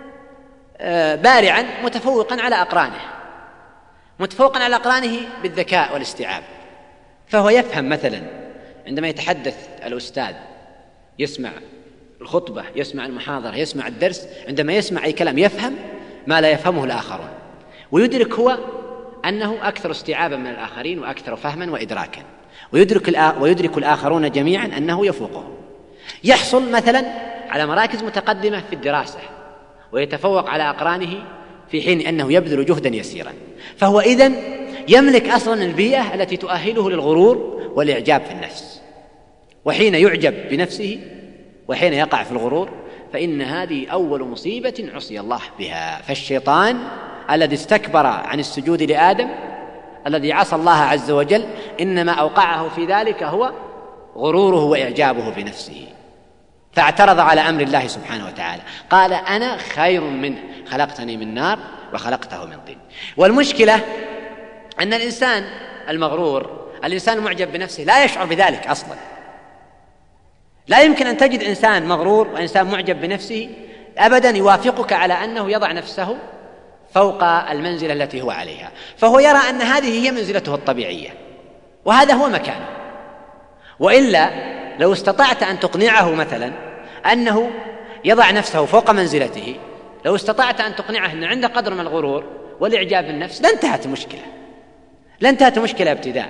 بارعا متفوقا على أقرانه، متفوقا على أقرانه بالذكاء والاستيعاب. فهو يفهم مثلا عندما يتحدث الأستاذ، يسمع الخطبة، يسمع المحاضرة، يسمع الدرس، عندما يسمع أي كلام يفهم ما لا يفهمه الآخرون، ويدرك هو أنه أكثر استيعابا من الآخرين وأكثر فهما وإدراكا، ويدرك, ويدرك الآخرون جميعا أنه يفوقه. يحصل مثلا على مراكز متقدمة في الدراسة ويتفوق على أقرانه في حين أنه يبذل جهدا يسيرا. فهو إذن يملك أصلا البيئة التي تؤهله للغرور والإعجاب في النفس. وحين يعجب بنفسه وحين يقع في الغرور فإن هذه أول مصيبة عصي الله بها. فالشيطان الذي استكبر عن السجود لآدم، الذي عصى الله عز وجل، إنما أوقعه في ذلك هو غروره وإعجابه بنفسه، فاعترض على أمر الله سبحانه وتعالى، قال أنا خير منه، خلقتني من نار وخلقته من طين. والمشكلة أن الإنسان المغرور، الإنسان المعجب بنفسه، لا يشعر بذلك أصلا. لا يمكن أن تجد إنسان مغرور وإنسان معجب بنفسه أبدا يوافقك على أنه يضع نفسه فوق المنزلة التي هو عليها، فهو يرى أن هذه هي منزلته الطبيعية وهذا هو مكانه. وإلا لو استطعت أن تقنعه مثلا أنه يضع نفسه فوق منزلته، لو استطعت أن تقنعه أن عنده قدر من الغرور والإعجاب بالنفس، لانتهت المشكلة لانتهت المشكلة ابتداء.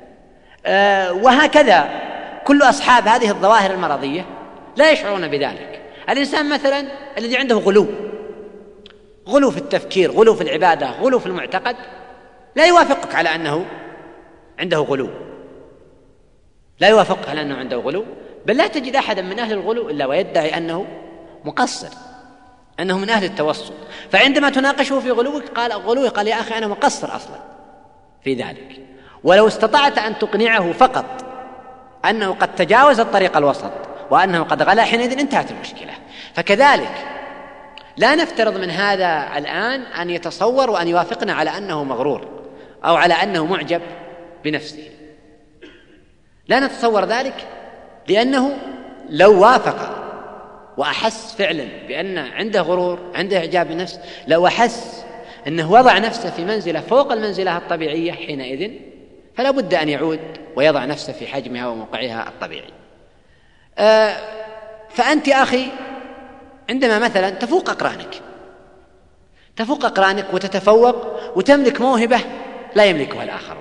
أه وهكذا كل أصحاب هذه الظواهر المرضية لا يشعرون بذلك. الإنسان مثلا الذي عنده غلو غلو في التفكير، غلو في العبادة، غلو في المعتقد، لا يوافقك على أنه عنده غلو، لا يوافقك على أنه عنده غلو، بل لا تجد أحدا من أهل الغلو إلا ويدعي أنه مقصر، أنه من أهل التوسط. فعندما تناقشه في غلوك قال غلوه قال يا أخي أنا مقصر أصلا في ذلك. ولو استطعت أن تقنعه فقط أنه قد تجاوز الطريق الوسط وأنه قد غلا، حينئذ انتهت المشكلة. فكذلك لا نفترض من هذا الآن أن يتصور وأن يوافقنا على أنه مغرور أو على أنه معجب بنفسه، لا نتصور ذلك، لأنه لو وافق وأحس فعلا بأن عنده غرور، عنده إعجاب بالنفس، لو أحس أنه وضع نفسه في منزلة فوق المنزلة الطبيعية، حينئذ فلا بد أن يعود ويضع نفسه في حجمها وموقعها الطبيعي. آه فأنت أخي عندما مثلا تفوق أقرانك تفوق أقرانك وتتفوق وتملك موهبة لا يملكها الآخرون،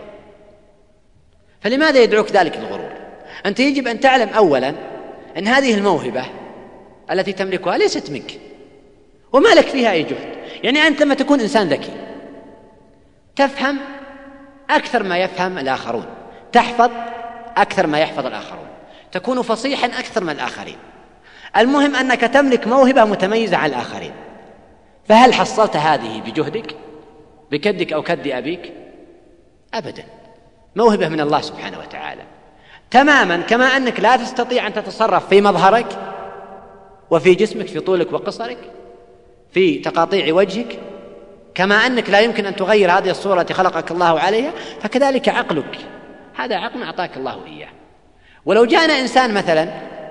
فلماذا يدعوك ذلك الغرور؟ أنت يجب أن تعلم أولا أن هذه الموهبة التي تملكها ليست منك وما لك فيها أي جهد. يعني أنت لما تكون إنسان ذكي تفهم أكثر ما يفهم الآخرون، تحفظ أكثر ما يحفظ الآخرون، تكون فصيحا أكثر من الآخرين، المهم أنك تملك موهبة متميزة عن الآخرين. فهل حصلت هذه بجهدك بكدك أو كد أبيك؟ أبدا، موهبة من الله سبحانه وتعالى، تماما كما أنك لا تستطيع أن تتصرف في مظهرك وفي جسمك، في طولك وقصرك، في تقاطيع وجهك، كما أنك لا يمكن أن تغير هذه الصورة التي خلقك الله عليها، فكذلك عقلك، هذا عقل أعطاك الله إياه. ولو جاءنا إنسان مثلا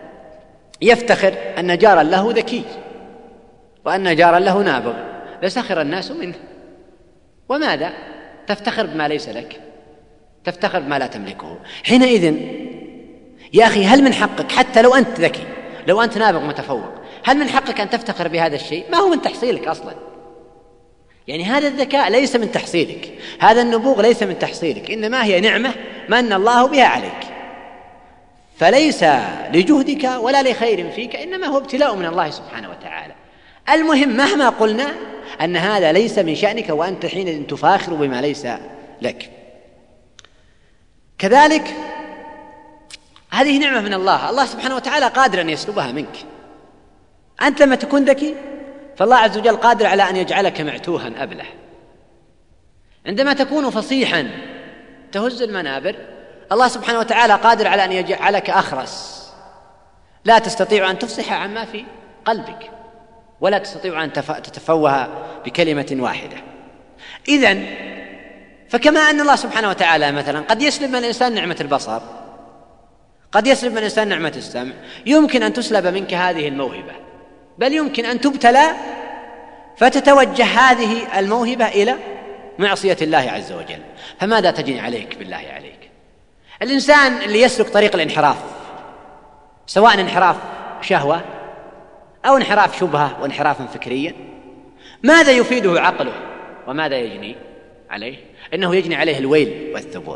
يفتخر أن جارا له ذكي وأن جارا له نابغ لسخر الناس منه. وماذا؟ تفتخر بما ليس لك، تفتخر بما لا تملكه. حينئذ يا أخي هل من حقك، حتى لو أنت ذكي، لو أنت نابغ متفوق، هل من حقك أن تفتخر بهذا الشيء؟ ما هو من تحصيلك أصلا. يعني هذا الذكاء ليس من تحصيلك، هذا النبوغ ليس من تحصيلك، إنما هي نعمة من الله بها عليك، فليس لجهدك ولا لخير فيك، إنما هو ابتلاء من الله سبحانه وتعالى. المهم مهما قلنا أن هذا ليس من شأنك وأنت حين تفاخر بما ليس لك. كذلك هذه نعمة من الله، الله سبحانه وتعالى قادر أن يسلبها منك. أنت لما تكون ذكي فالله عز وجل قادر على أن يجعلك معتوها أبله. عندما تكون فصيحا تهز المنابر، الله سبحانه وتعالى قادر على أن يجعلك أخرس، لا تستطيع أن تفصح عما في قلبك ولا تستطيع أن تتفوه بكلمة واحدة. إذن فكما أن الله سبحانه وتعالى مثلا قد يسلب من الإنسان نعمة البصر، قد يسلب من الإنسان نعمة السمع، يمكن أن تسلب منك هذه الموهبة، بل يمكن أن تبتلى فتتوجه هذه الموهبة إلى معصية الله عز وجل. فماذا تجني عليك بالله عليك؟ الإنسان اللي يسلك طريق الانحراف، سواء انحراف شهوة أو انحراف شبهة وانحراف فكريا، ماذا يفيده عقله وماذا يجني عليه؟ إنه يجني عليه الويل والثبور.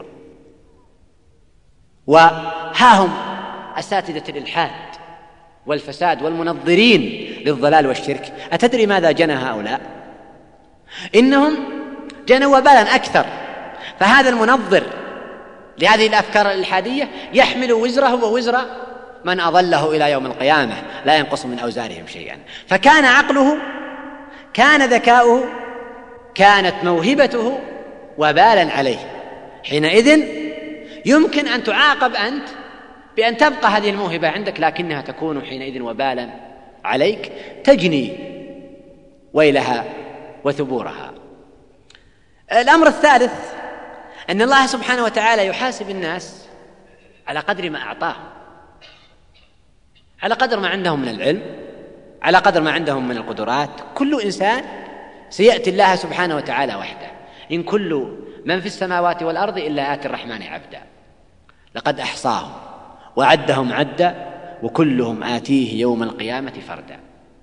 وها هم أساتذة الإلحاد والفساد والمنظرين للضلال والشرك، أتدري ماذا جنى هؤلاء؟ إنهم جنوا وبالا أكثر. فهذا المنظر لهذه الأفكار الإلحادية يحمل وزره ووزر من أضله إلى يوم القيامة، لا ينقص من أوزارهم شيئا. فكان عقله، كان ذكاؤه، كانت موهبته وبالا عليه. حينئذ يمكن أن تعاقب أنت بأن تبقى هذه الموهبة عندك، لكنها تكون حينئذ وبالا عليك، تجني ويلها وثبورها. الأمر الثالث أن الله سبحانه وتعالى يحاسب الناس على قدر ما أعطاهم، على قدر ما عندهم من العلم، على قدر ما عندهم من القدرات. كل إنسان سيأتي الله سبحانه وتعالى وحده. إن كل من في السماوات والأرض إلا آتي الرحمن عبدا لقد أحصاهم وعدهم عدا وكلهم آتيه يوم القيامة فردا.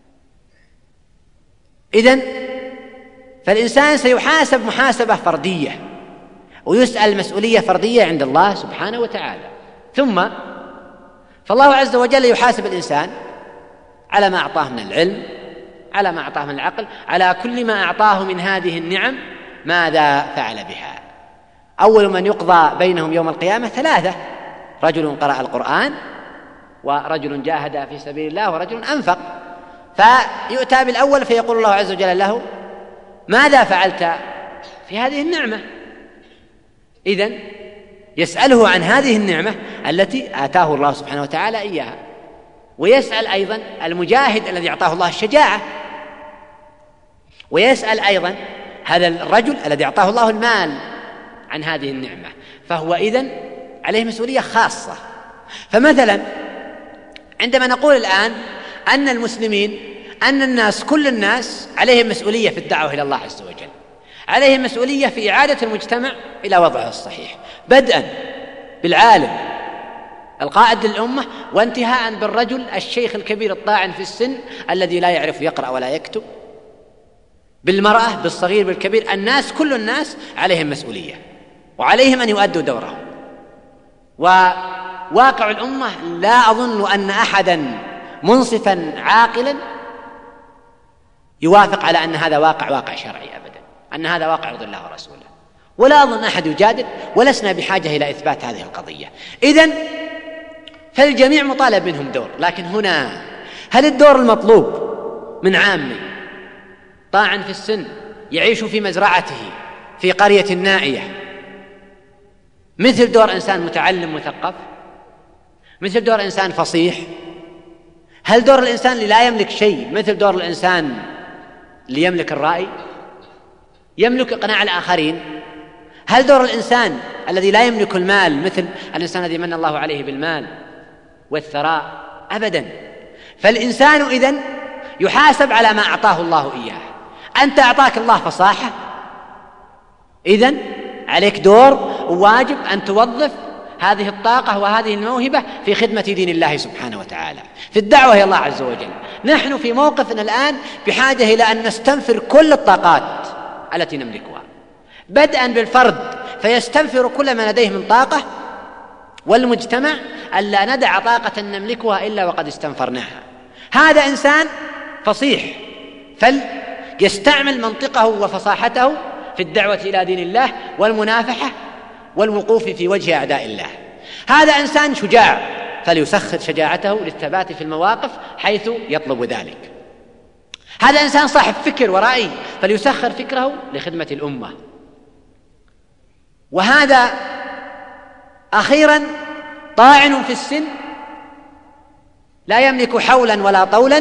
إذن فالإنسان سيحاسب محاسبة فردية ويسأل مسؤولية فردية عند الله سبحانه وتعالى. ثم فالله عز وجل يحاسب الإنسان على ما أعطاه من العلم، على ما أعطاه من العقل، على كل ما أعطاه من هذه النعم ماذا فعل بها. أول من يقضى بينهم يوم القيامة ثلاثة: رجل قرأ القرآن، ورجل جاهد في سبيل الله، ورجل أنفق. فيؤتى بالأول فيقول الله عز وجل له: ماذا فعلت في هذه النعمة؟ إذن يسأله عن هذه النعمة التي آتاه الله سبحانه وتعالى إياها، ويسأل أيضا المجاهد الذي أعطاه الله الشجاعة، ويسأل أيضا هذا الرجل الذي أعطاه الله المال عن هذه النعمة. فهو إذن عليه مسؤولية خاصة. فمثلا عندما نقول الآن أن المسلمين، أن الناس، كل الناس عليهم مسؤولية في الدعوة إلى الله عز وجل، عليهم مسؤولية في إعادة المجتمع إلى وضعه الصحيح، بدءا بالعالم القائد للأمة، وانتهاء بالرجل الشيخ الكبير الطاعن في السن الذي لا يعرف يقرأ ولا يكتب، بالمرأة، بالصغير، بالكبير. الناس، كل الناس عليهم مسؤولية وعليهم أن يؤدوا دورهم. وواقع الأمة لا أظن أن أحدا منصفا عاقلا يوافق على أن هذا واقع واقع شرعي أبدا، أن هذا واقع يرضي الله ورسوله، ولا أظن أحد يجادل، ولسنا بحاجة إلى إثبات هذه القضية. إذن فالجميع مطالب منهم دور. لكن هنا هل الدور المطلوب من عامي طاعن في السن يعيش في مزرعته في قرية نائية مثل دور إنسان متعلم مثقف، مثل دور إنسان فصيح؟ هل دور الإنسان اللي لا يملك شيء مثل دور الإنسان اللي يملك الرأي، يملك إقناع الآخرين؟ هل دور الإنسان الذي لا يملك المال مثل الإنسان الذي من الله عليه بالمال والثراء؟ أبدا. فالإنسان إذن يحاسب على ما أعطاه الله إياه. أنت أعطاك الله فصاحة، إذن عليك دور وواجب أن توظف هذه الطاقة وهذه الموهبة في خدمة دين الله سبحانه وتعالى، في الدعوة إلى الله عز وجل. نحن في موقفنا الآن بحاجة إلى أن نستنفر كل الطاقات التي نملكها، بدءا بالفرد فيستنفر كل ما لديه من طاقة، والمجتمع ألا ندع طاقة نملكها إلا وقد استنفرناها. هذا إنسان فصيح فليستعمل منطقه وفصاحته في الدعوة إلى دين الله والمنافحة والوقوف في وجه أعداء الله. هذا إنسان شجاع فليسخر شجاعته للثبات في المواقف حيث يطلب ذلك. هذا إنسان صاحب فكر ورأي فليسخر فكره لخدمة الأمة. وهذا أخيرا طاعن في السن لا يملك حولا ولا طولا،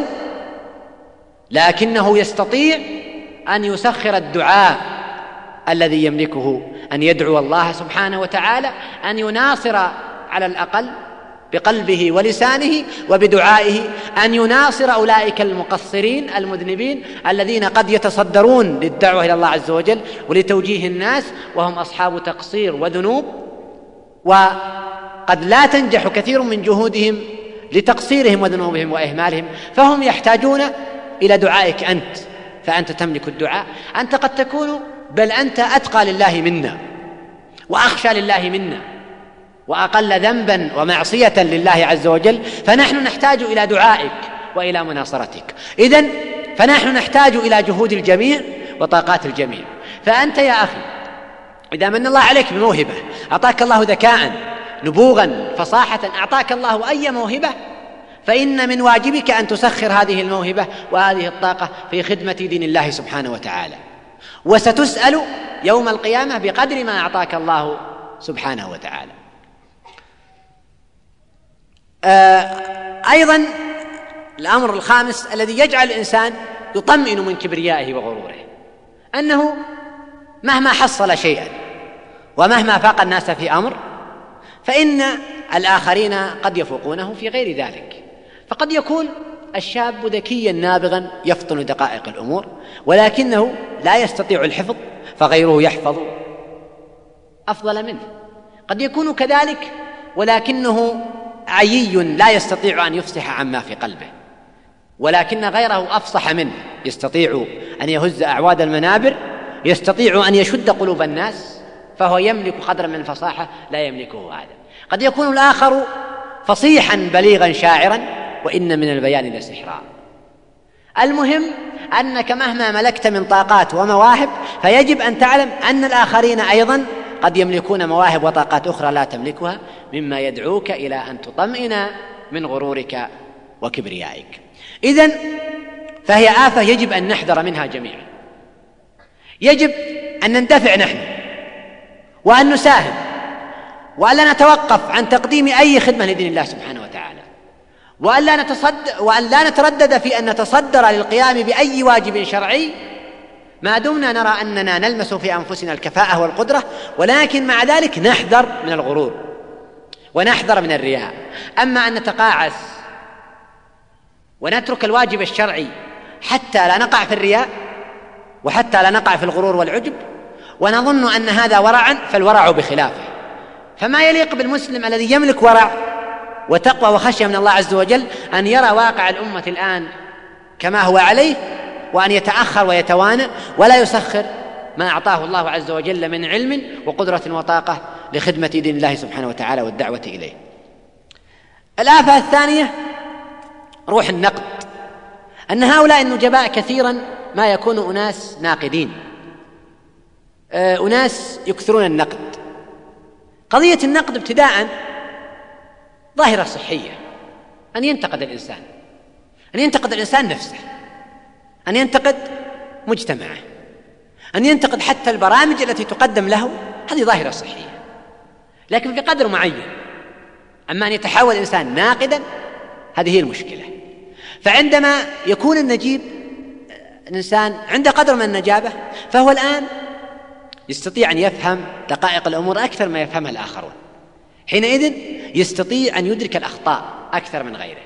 لكنه يستطيع أن يسخر الدعاء الذي يملكه، أن يدعو الله سبحانه وتعالى أن يناصر على الأقل بقلبه ولسانه وبدعائه، أن يناصر أولئك المقصرين المذنبين الذين قد يتصدرون للدعوة إلى الله عز وجل ولتوجيه الناس وهم أصحاب تقصير وذنوب، وقد لا تنجح كثير من جهودهم لتقصيرهم وذنوبهم وإهمالهم، فهم يحتاجون إلى دعائك أنت، فأنت تملك الدعاء. أنت قد تكون بل أنت أتقى لله منا وأخشى لله منا وأقل ذنبا ومعصية لله عز وجل، فنحن نحتاج إلى دعائك وإلى مناصرتك. إذن فنحن نحتاج إلى جهود الجميع وطاقات الجميع. فأنت يا أخي إذا من الله عليك بموهبة، أعطاك الله ذكاء، نبوغا، فصاحة، أعطاك الله أي موهبة، فإن من واجبك أن تسخر هذه الموهبة وهذه الطاقة في خدمة دين الله سبحانه وتعالى، وستسأل يوم القيامة بقدر ما أعطاك الله سبحانه وتعالى. أيضا الأمر الخامس الذي يجعل الإنسان يطمئن من كبريائه وغروره، أنه مهما حصل شيئا ومهما فاق الناس في أمر فإن الآخرين قد يفوقونه في غير ذلك. فقد يكون الشاب ذكيا نابغا يفطن دقائق الأمور، ولكنه لا يستطيع الحفظ فغيره يحفظ أفضل منه. قد يكون كذلك ولكنه عيي لا يستطيع أن يفصح عما في قلبه، ولكن غيره أفصح منه، يستطيع أن يهز أعواد المنابر، يستطيع أن يشد قلوب الناس، فهو يملك قدرا من الفصاحة لا يملكه هذا. قد يكون الآخر فصيحا بليغا شاعرا وإن من البيان لسحرا. المهم أنك مهما ملكت من طاقات ومواهب فيجب أن تعلم أن الآخرين أيضا قد يملكون مواهب وطاقات أخرى لا تملكها، مما يدعوك إلى أن تطمئن من غرورك وكبريائك. إذن فهي آفة يجب أن نحذر منها جميعا. يجب أن نندفع نحن وأن نساهم وأن لا نتوقف عن تقديم أي خدمة لدين الله سبحانه وتعالى، وأن لا نتصد وأن لا نتردد في أن نتصدر للقيام بأي واجب شرعي ما دمنا نرى أننا نلمس في أنفسنا الكفاءة والقدرة، ولكن مع ذلك نحذر من الغرور ونحذر من الرياء. أما أن نتقاعس ونترك الواجب الشرعي حتى لا نقع في الرياء وحتى لا نقع في الغرور والعجب ونظن أن هذا ورعا، فالورع بخلافه. فما يليق بالمسلم الذي يملك ورع وتقوى وخشية من الله عز وجل أن يرى واقع الأمة الآن كما هو عليه، وأن يتأخر ويتوانى ولا يسخر ما أعطاه الله عز وجل من علم وقدرة وطاقة لخدمة دين الله سبحانه وتعالى والدعوة إليه. الآفة الثانية روح النقد، أن هؤلاء النجباء كثيرا ما يكون أناس ناقدين، أناس يكثرون النقد. قضية النقد ابتداء ظاهرة صحية، أن ينتقد الإنسان، أن ينتقد الإنسان نفسه، أن ينتقد مجتمعه، أن ينتقد حتى البرامج التي تقدم له، هذه ظاهرة صحية، لكن في قدر معين. أما أن يتحول الإنسان ناقدا هذه هي المشكلة. فعندما يكون النجيب الإنسان عنده قدر من النجابة فهو الآن يستطيع أن يفهم دقائق الأمور أكثر ما يفهمها الآخرون، حينئذ يستطيع أن يدرك الأخطاء أكثر من غيره،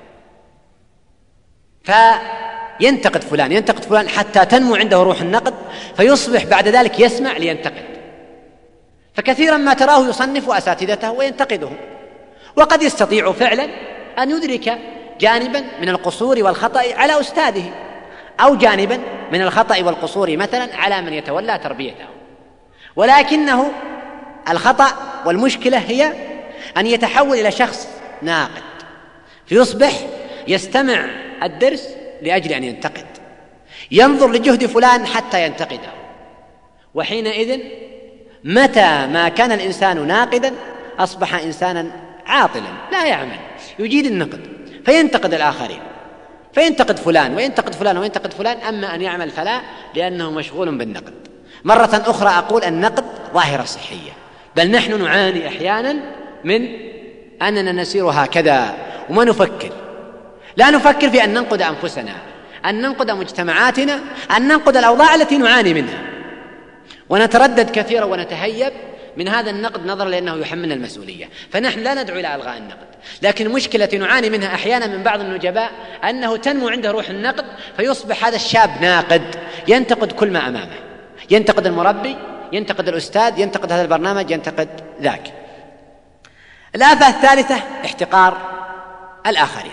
فينتقد فلان ينتقد فلان حتى تنمو عنده روح النقد، فيصبح بعد ذلك يسمع لينتقد. فكثيرا ما تراه يصنف أساتذته وينتقدهم، وقد يستطيع فعلا أن يدرك جانبا من القصور والخطأ على أستاذه، أو جانبا من الخطأ والقصور مثلا على من يتولى تربيته، ولكنه الخطأ والمشكلة هي أن يتحول إلى شخص ناقد، فيصبح يستمع الدرس لأجل أن ينتقد، ينظر لجهد فلان حتى ينتقده. وحينئذ متى ما كان الإنسان ناقدا أصبح إنسانا عاطلا لا يعمل، يجيد النقد فينتقد الآخرين، فينتقد فلان وينتقد فلان وينتقد فلان، أما أن يعمل فلا، لأنه مشغول بالنقد. مرة أخرى أقول النقد ظاهرة صحية، بل نحن نعاني أحيانا من أننا نسير هكذا وما نفكر، لا نفكر في أن ننقد أنفسنا، أن ننقد مجتمعاتنا، أن ننقد الأوضاع التي نعاني منها، ونتردد كثيرا ونتهيب من هذا النقد نظرا لأنه يحملنا المسؤولية. فنحن لا ندعو إلى ألغاء النقد، لكن المشكلة نعاني منها أحيانا من بعض النجباء أنه تنمو عنده روح النقد، فيصبح هذا الشاب ناقد ينتقد كل ما أمامه، ينتقد المربي، ينتقد الأستاذ، ينتقد هذا البرنامج، ينتقد ذاك. الآفة الثالثة احتقار الآخرين،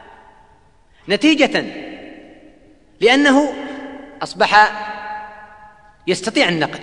نتيجة لأنه أصبح يستطيع النقد،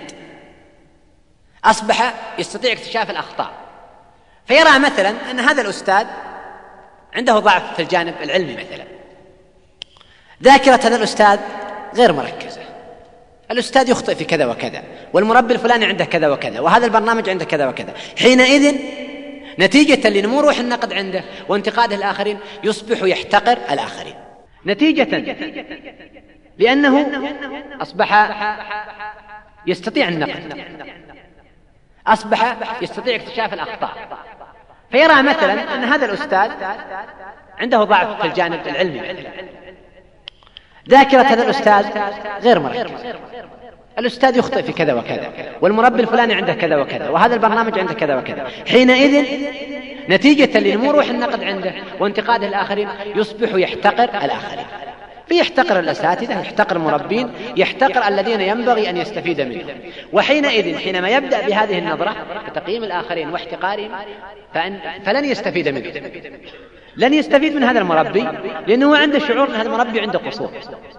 أصبح يستطيع اكتشاف الأخطاء، فيرى مثلا أن هذا الأستاذ عنده ضعف في الجانب العلمي مثلا، ذاكرة هذا الأستاذ غير مركزة، الأستاذ يخطئ في كذا وكذا، والمربي الفلاني عنده كذا وكذا، وهذا البرنامج عنده كذا وكذا. حينئذ نتيجة لنمو روح النقد عنده وانتقاده الآخرين يصبح يحتقر الآخرين، نتيجة لأنه أصبح يستطيع النقد، أصبح يستطيع اكتشاف الأخطاء، فيرى مثلا أن هذا الأستاذ عنده ضعف في الجانب العلمي مثلا، ذاكرة هذا الأستاذ غير مركزة، الأستاذ يخطئ في كذا وكذا، والمربي الفلاني عنده كذا وكذا، وهذا البرنامج عنده كذا وكذا. حينئذ نتيجة لنمو روح النقد عنده وانتقاده الآخرين يصبح يحتقر الآخرين، فيحتقر الأساتذة، يحتقر المربين، يحتقر الذين ينبغي أن يستفيد منهم. وحينئذ حينما يبدأ بهذه النظرة بتقييم الآخرين واحتقارهم فلن يستفيد منه، لن يستفيد من هذا المربي، لأنه عنده شعور أن هذا المربي عنده قصور،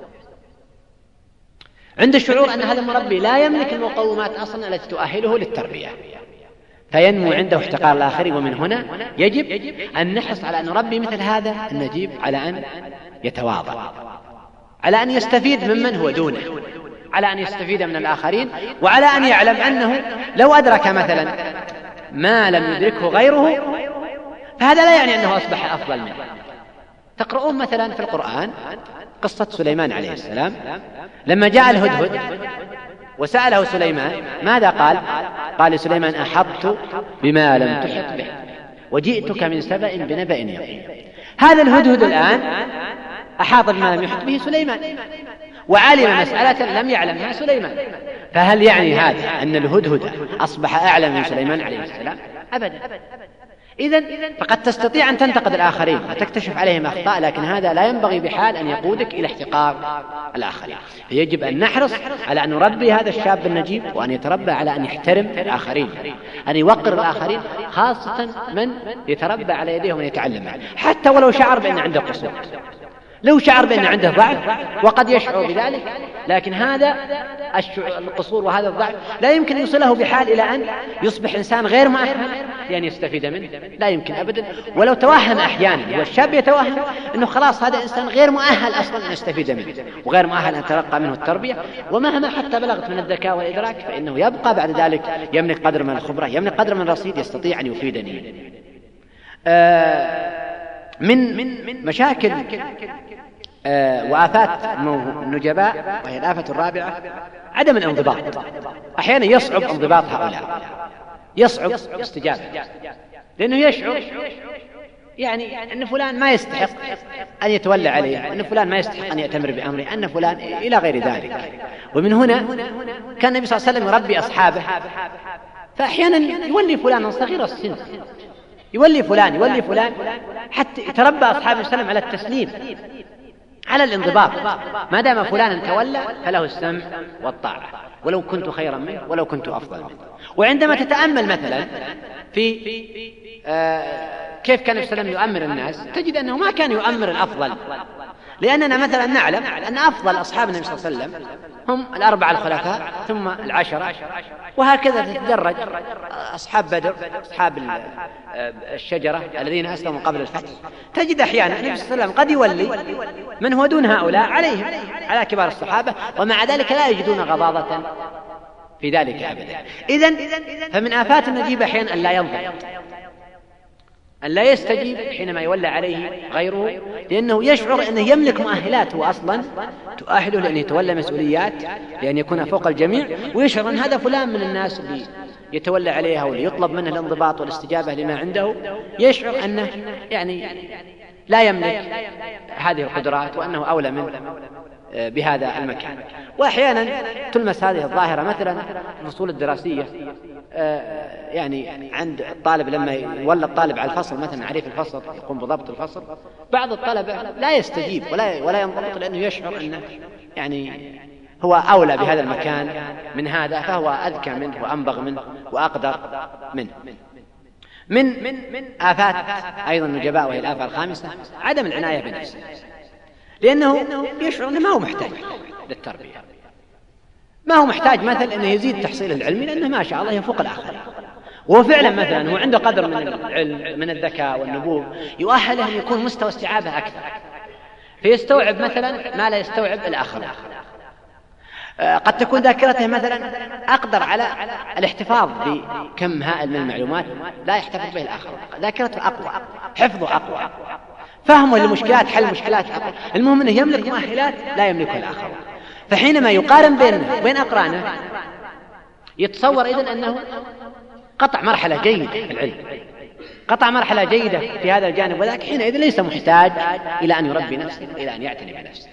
عنده شعور أن هذا المربي لا يملك المقومات أصلا التي تؤهله للتربية، فينمو عنده احتقار الآخرين. ومن هنا يجب أن نحرص على أن نربي مثل هذا النجيب على أن يتواضع، على أن يستفيد ممن هو دونه، على أن يستفيد من الآخرين، وعلى أن يعلم أنه لو أدرك مثلا ما لم يدركه غيره فهذا لا يعني أنه أصبح أفضل منه. تقرؤون مثلا في القرآن قصة سليمان عليه السلام لما جاء الهدهد وسأله سليمان ماذا قال؟ قال سليمان أحطت بما لم تحط به وجئتك من سبأ بنبأ يقين. هذا الهدهد الآن أحاط بما لم يحط به سليمان وعلم مسألة لم يعلمها سليمان، فهل يعني هذا أن الهدهد أصبح أعلم من سليمان عليه السلام؟ أبدا. إذن فقد تستطيع أن تنتقد الآخرين وتكتشف عليهم أخطاء، لكن هذا لا ينبغي بحال أن يقودك إلى احتقار الآخرين. يجب أن نحرص على أن نربي هذا الشاب النجيب، وأن يتربى على أن يحترم الآخرين، أن يوقر الآخرين، خاصة من يتربى على يديهم ومن يتعلم معه، حتى ولو شعر بأن عنده قصور، لو شعر بأن عنده ضعف وقد يشعر بذلك، لكن هذا القصور وهذا الضعف لا يمكن يوصله بحال إلى أن يصبح إنسان غير مؤهل لأن يستفيد منه، لا يمكن أبدا. ولو توهم أحيانا، والشاب يتوهم أنه خلاص هذا إنسان غير مؤهل أصلا أن يستفيد منه وغير مؤهل أن تلقى منه التربية، ومهما حتى بلغت من الذكاء والإدراك فإنه يبقى بعد ذلك يملك قدر من الخبرة، يملك قدر من الرصيد يستطيع أن يفيدني. آه من من مشاكل آه وآفات النجباء، وهي الآفة الرابعة عدم الانضباط. أحيانا يصعب انضباط هؤلاء، يصعب استجابة، لأنه يشعر يعني أن فلان ما يستحق أن يتولى عليه، أن فلان ما يستحق أن يأتمر بأمره، أن فلان إلى غير ذلك. ومن هنا كان النبي صلى الله عليه وسلم يربي أصحابه، فأحيانا يولي فلانا صغير السن، يولي فلان يولي فلان حتى يتربى أصحاب السلام على التسليم، على الانضباط. ما دام فلانا تولى فله السمع والطاعة، ولو كنت خيرا منه ولو كنت أفضل منه. وعندما تتأمل مثلا في آه كيف كان النبي صلى الله عليه وسلم يؤمر الناس، تجد أنه ما كان يؤمر الأفضل، لأننا مثلا نعلم أن أفضل أصحاب النبي صلى الله عليه وسلم هم الأربعة الخلفاء ثم العشرة، وهكذا تتدرج أصحاب بدر، أصحاب الشجرة الذين أسلموا قبل الفتح. تجد أحيانا النبي صلى الله عليه وسلم قد يولي من هو دون هؤلاء عليهم، على كبار الصحابة، ومع ذلك لا يجدون غضاضة في ذلك أبدا. إذن فمن آفات النجيب أحيانا أن لا ينضبط، أن لا يستجيب حينما يولى عليه غيره، لأنه يشعر أنه يملك مؤهلات هو أصلا تؤهله لأن يتولى مسؤوليات، لأن يكون فوق الجميع، ويشعر أن هذا فلان من الناس اللي يتولى عليها واللي يطلب منه الانضباط والاستجابة لما عنده، يشعر أنه يعني لا يملك هذه القدرات وأنه أولى منه بهذا المكان. وأحيانا تلمس هذه الظاهرة مثلا في الفصول الدراسية، يعني عند الطالب لما يولى الطالب على الفصل مثلا عريف الفصل يقوم بضبط الفصل، بعض الطلبة لا يستجيب ولا ولا ينضبط، لأنه يشعر أنه يعني هو أولى بهذا المكان من هذا، فهو أذكى منه وأنبغ منه وأقدر منه. من من آفات أيضا النجباء، وهي الآفة الخامسة عدم العناية بنفسه، لأنه يشعر أنه ما هو محتاج للتربية، ما هو محتاج مثلا أنه يزيد تحصيل العلمي، لأنه ما شاء الله يفوق الآخرين، وهو فعلا مثلا هو عنده قدر من العلم من الذكاء والنبوغ يؤهله أن يكون مستوى استيعابه أكثر، فيستوعب مثلا ما لا يستوعب الآخرين. قد تكون ذاكرته مثلا أقدر على الاحتفاظ بكم هائل من المعلومات لا يحتفظ به الآخرون، ذاكرته أقوى، حفظه أقوى، فهمه للمشكلات، حل مشكلات أقوى. المهم أنه يملك مؤهلات لا يملكها الآخرون، فحينما يقارن بينه وبين أقرانه يتصور إذن أنه قطع مرحلة جيدة في العلم، قطع مرحلة جيدة في هذا الجانب، وذلك حينئذ ليس محتاج إلى أن يربي نفسه إلى أن يعتني بنفسه،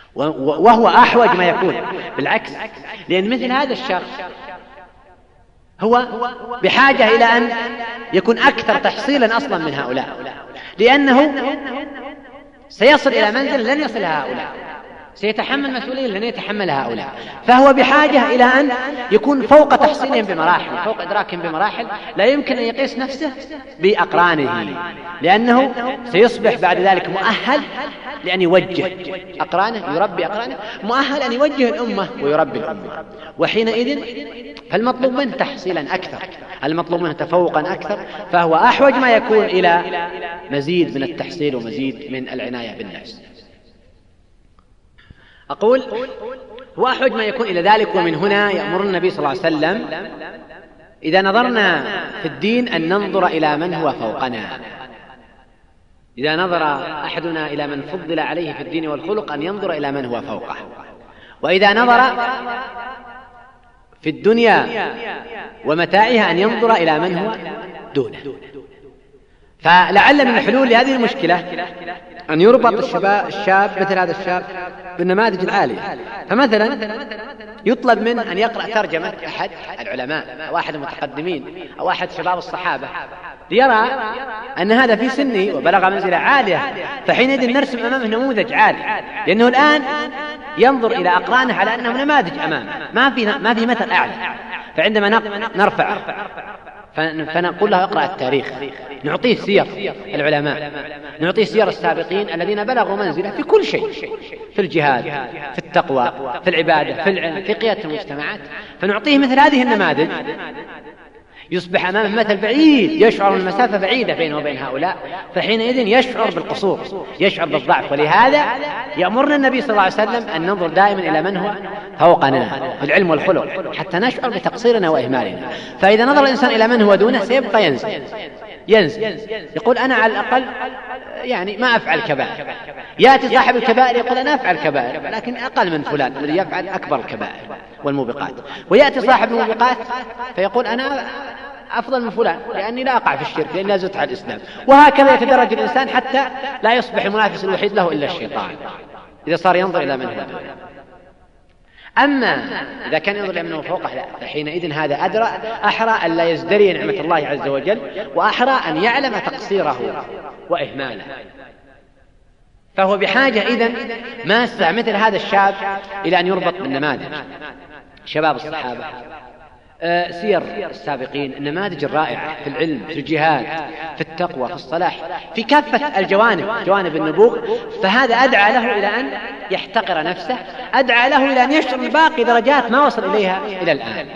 وهو أحوج ما يكون بالعكس، لأن مثل هذا الشخص هو بحاجة إلى أن يكون أكثر تحصيلا أصلا من هؤلاء، لأنه سيصل إلى منزل لن يصل هؤلاء، سيتحمل مسؤولية لن يتحمل هؤلاء، فهو بحاجة إلى أن يكون فوق تحصيلهم بمراحل، فوق إدراكهم بمراحل، لا يمكن أن يقيس نفسه بأقرانه، لأنه سيصبح بعد ذلك مؤهل لأن يوجه أقرانه، يربي أقرانه، مؤهل أن يوجه الأمة ويربي الأمة، وحينئذ فالمطلوب منه تحصيلا أكثر، المطلوب منه تفوقا أكثر، فهو أحوج ما يكون إلى مزيد من التحصيل ومزيد من العناية بالنفس. أقول هو أحوج ما يكون إلى ذلك، ومن هنا يأمر النبي صلى الله عليه وسلم إذا نظرنا في الدين أن ننظر إلى من هو فوقنا، إذا نظر أحدنا إلى من فضل عليه في الدين والخلق أن ينظر إلى من هو فوقه، وإذا نظر في الدنيا ومتاعها أن ينظر إلى من هو دونه. فلعل من الحلول لهذه المشكلة أن يربط الشباب الشاب مثل هذا الشاب بالنماذج العالية، فمثلا يطلب منه أن يقرأ ترجمة أحد العلماء أو أحد المتقدمين أو أحد شباب الصحابة ليرى أن هذا في سنه وبلغ منزلة عالية، فحينئذ نرسم أمامه نموذج عالي، لأنه الآن ينظر إلى أقرانه على أنهم نماذج أمامه، ما في ما في مثل أعلى. فعندما نرفع فنقول له اقرأ التاريخ، نعطيه سير العلماء، نعطيه سير السابقين الذين بلغوا منزلة في كل شيء، في الجهاد، في التقوى، في العبادة، في العلم، في قيادة المجتمعات، فنعطيه مثل هذه النماذج، يصبح أمامه مثل بعيد، يشعر المسافة بعيدة بينه وبين هؤلاء، فحينئذ يشعر بالقصور، يشعر بالضعف. ولهذا يأمرنا النبي صلى الله عليه وسلم أن ننظر دائما إلى من هو فوقنا في العلم والخلق حتى نشعر بتقصيرنا وإهمالنا. فإذا نظر الإنسان إلى من هو دونه سيبقى ينزل ينزل يقول أنا على الأقل يعني ما أفعل كبائر، يأتي صاحب الكبائر يقول أنا أفعل كبائر لكن أقل من فلان الذي يفعل أكبر الكبائر والموبقات، ويأتي صاحب الموبقات فيقول أنا أفضل من فلان لأني لا أقع في الشرك لأني لا زلت على الإسلام، وهكذا يتدرج الإنسان حتى لا يصبح المنافس الوحيد له إلا الشيطان إذا صار ينظر إلى من هو دونه. أما إذا كان ينظر إلى من هو فوقه لا، فحينئذ هذا أدرى أحرى أن لا يزدري نعمة الله عز وجل، وأحرى أن يعلم تقصيره وإهماله. فهو بحاجة إذن ماسة مثل هذا الشاب إلى أن يربط بالنماذج شباب الصحابة، آه سير السابقين، النماذج الرائعة في العلم، في الجهاد، في التقوى، في الصلاح، في كافة الجوانب، جوانب النبوغ. فهذا أدعى له إلى أن يحتقر نفسه، أدعى له إلى أن يشعر باقي درجات ما وصل إليها إلى الآن.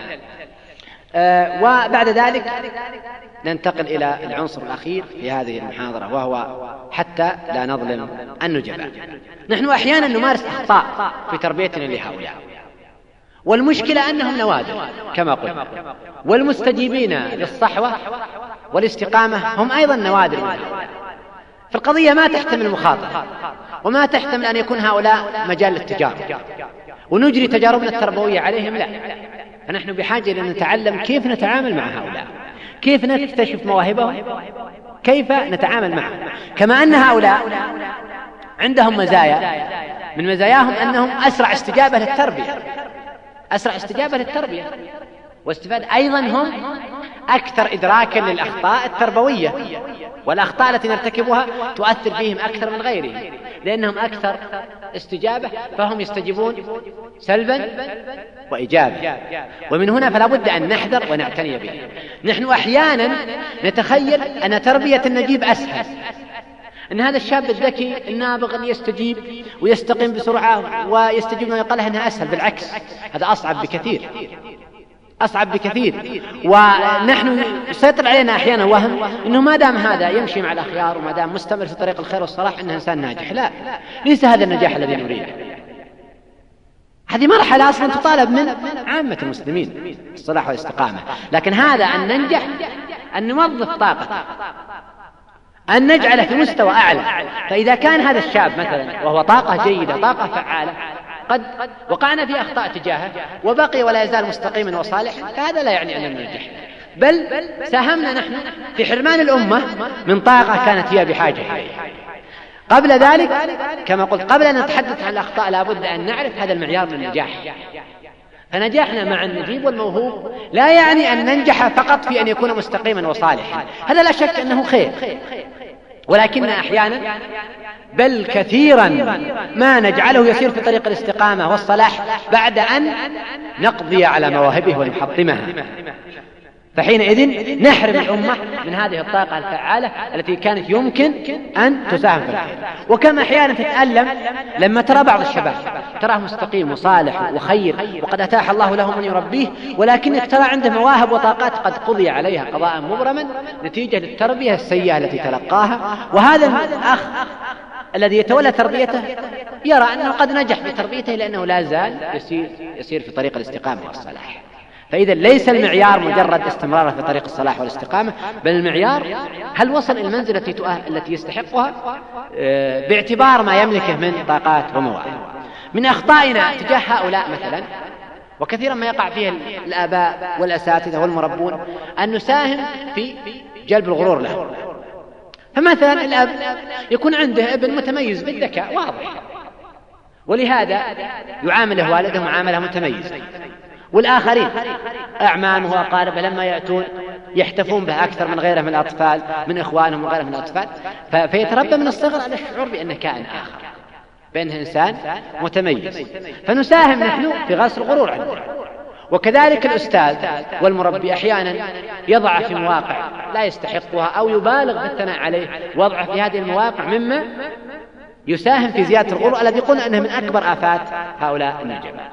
آه وبعد ذلك ننتقل إلى العنصر الأخير في هذه المحاضرة، وهو حتى لا نظلم النجباء. نحن أحيانا نمارس أخطاء في تربيتنا لهؤلاء، والمشكلة أنهم نوادر كما قلنا، والمستجيبين للصحوة والاستقامة هم أيضا نوادر منها. فالقضية ما تحتمل مخاطرة، وما تحتمل أن يكون هؤلاء مجال للتجارب ونجري تجاربنا التربوية عليهم، لا. فنحن بحاجة إلى أن نتعلم كيف نتعامل مع هؤلاء، كيف نكتشف مواهبهم، كيف نتعامل معهم. كما أن هؤلاء عندهم مزايا، من مزاياهم أنهم أسرع استجابة للتربية، أسرع استجابة للتربية واستفادة. أيضا هم أكثر إدراكا للأخطاء التربوية، والأخطاء التي نرتكبها تؤثر فيهم أكثر من غيرهم، لأنهم أكثر استجابة، فهم يستجيبون سلبا وإيجابا. ومن هنا فلا بد أن نحذر ونعتني به. نحن أحيانا نتخيل أن تربية النجيب أسهل، أن هذا الشاب الذكي النابغ اللي يستجيب ويستقيم بسرعة ويستجيب ما يقاله أنها أسهل. بالعكس، هذا أصعب بكثير، أصعب بكثير. ونحن يسيطر علينا أحيانا وهم أنه ما دام هذا يمشي مع الأخيار وما دام مستمر في طريق الخير والصلاح أنه إنسان ناجح. لا، ليس هذا النجاح الذي نريده. هذه مرحلة أصلا تطالب من عامة المسلمين الصلاح والاستقامة، لكن هذا أن ننجح أن نوظف طاقته، أن نجعله في مستوى أعلى. فإذا كان هذا الشاب مثلا وهو طاقة جيدة، طاقة فعالة، قد وقعنا في أخطاء تجاهه وبقي ولا يزال مستقيما وصالحا، فهذا لا يعني أننا ننجح، بل ساهمنا نحن في حرمان الأمة من طاقة كانت هي بحاجة إليها. قبل ذلك كما قلت، قبل أن نتحدث عن الأخطاء لابد أن نعرف هذا المعيار للنجاح. فنجحنا مع النجيب والموهوب لا يعني أن ننجح فقط في أن يكون مستقيما وصالحا، هذا لا شك أنه خير، ولكن أحيانا بل كثيرا ما نجعله يسير في طريق الاستقامة والصلاح بعد أن نقضي على مواهبه ونحطمها، فحينئذ نحرم الأمة من هذه الطاقة الفعالة التي كانت يمكن أن تساهم في الخير. وكم أحيانا تتألم لما ترى بعض الشباب تراه مستقيم وصالح وخير وقد أتاح الله له من يربيه، ولكنك ترى عنده مواهب وطاقات قد قضي عليها قضاء مبرما نتيجة للتربية السيئة التي تلقاها، وهذا الأخ الذي يتولى تربيته يرى أنه قد نجح في تربيته لأنه لا زال يسير, يسير في طريق الاستقامة والصلاح. فإذا ليس المعيار مجرد استمراره في طريق الصلاح والاستقامة، بل المعيار هل وصل إلى المنزلة التي يستحقها باعتبار ما يملكه من طاقات ومواهب. من أخطائنا تجاه هؤلاء مثلا، وكثيرا ما يقع فيه الآباء والأساتذة والمربون، أن نساهم في جلب الغرور له. فمثلا الأب يكون عنده ابن متميز بالذكاء واضح، ولهذا يعامله والده معاملة متميزة، والآخرين أعمامه وأقاربه لما يأتون يحتفون به أكثر من غيره من الأطفال، من إخوانهم وغيره من الأطفال، فيتربى من الصغر على الشعور بأنه كائن آخر، بأنه إنسان متميز، فنساهم نحن في غسل الغرور عنه. وكذلك الأستاذ والمربي أحيانا يضع في مواقع لا يستحقها أو يبالغ بالثناء عليه، وضعه في هذه المواقع مما يساهم في زيادة الغرور الذي قلنا أنه من أكبر آفات هؤلاء النجباء.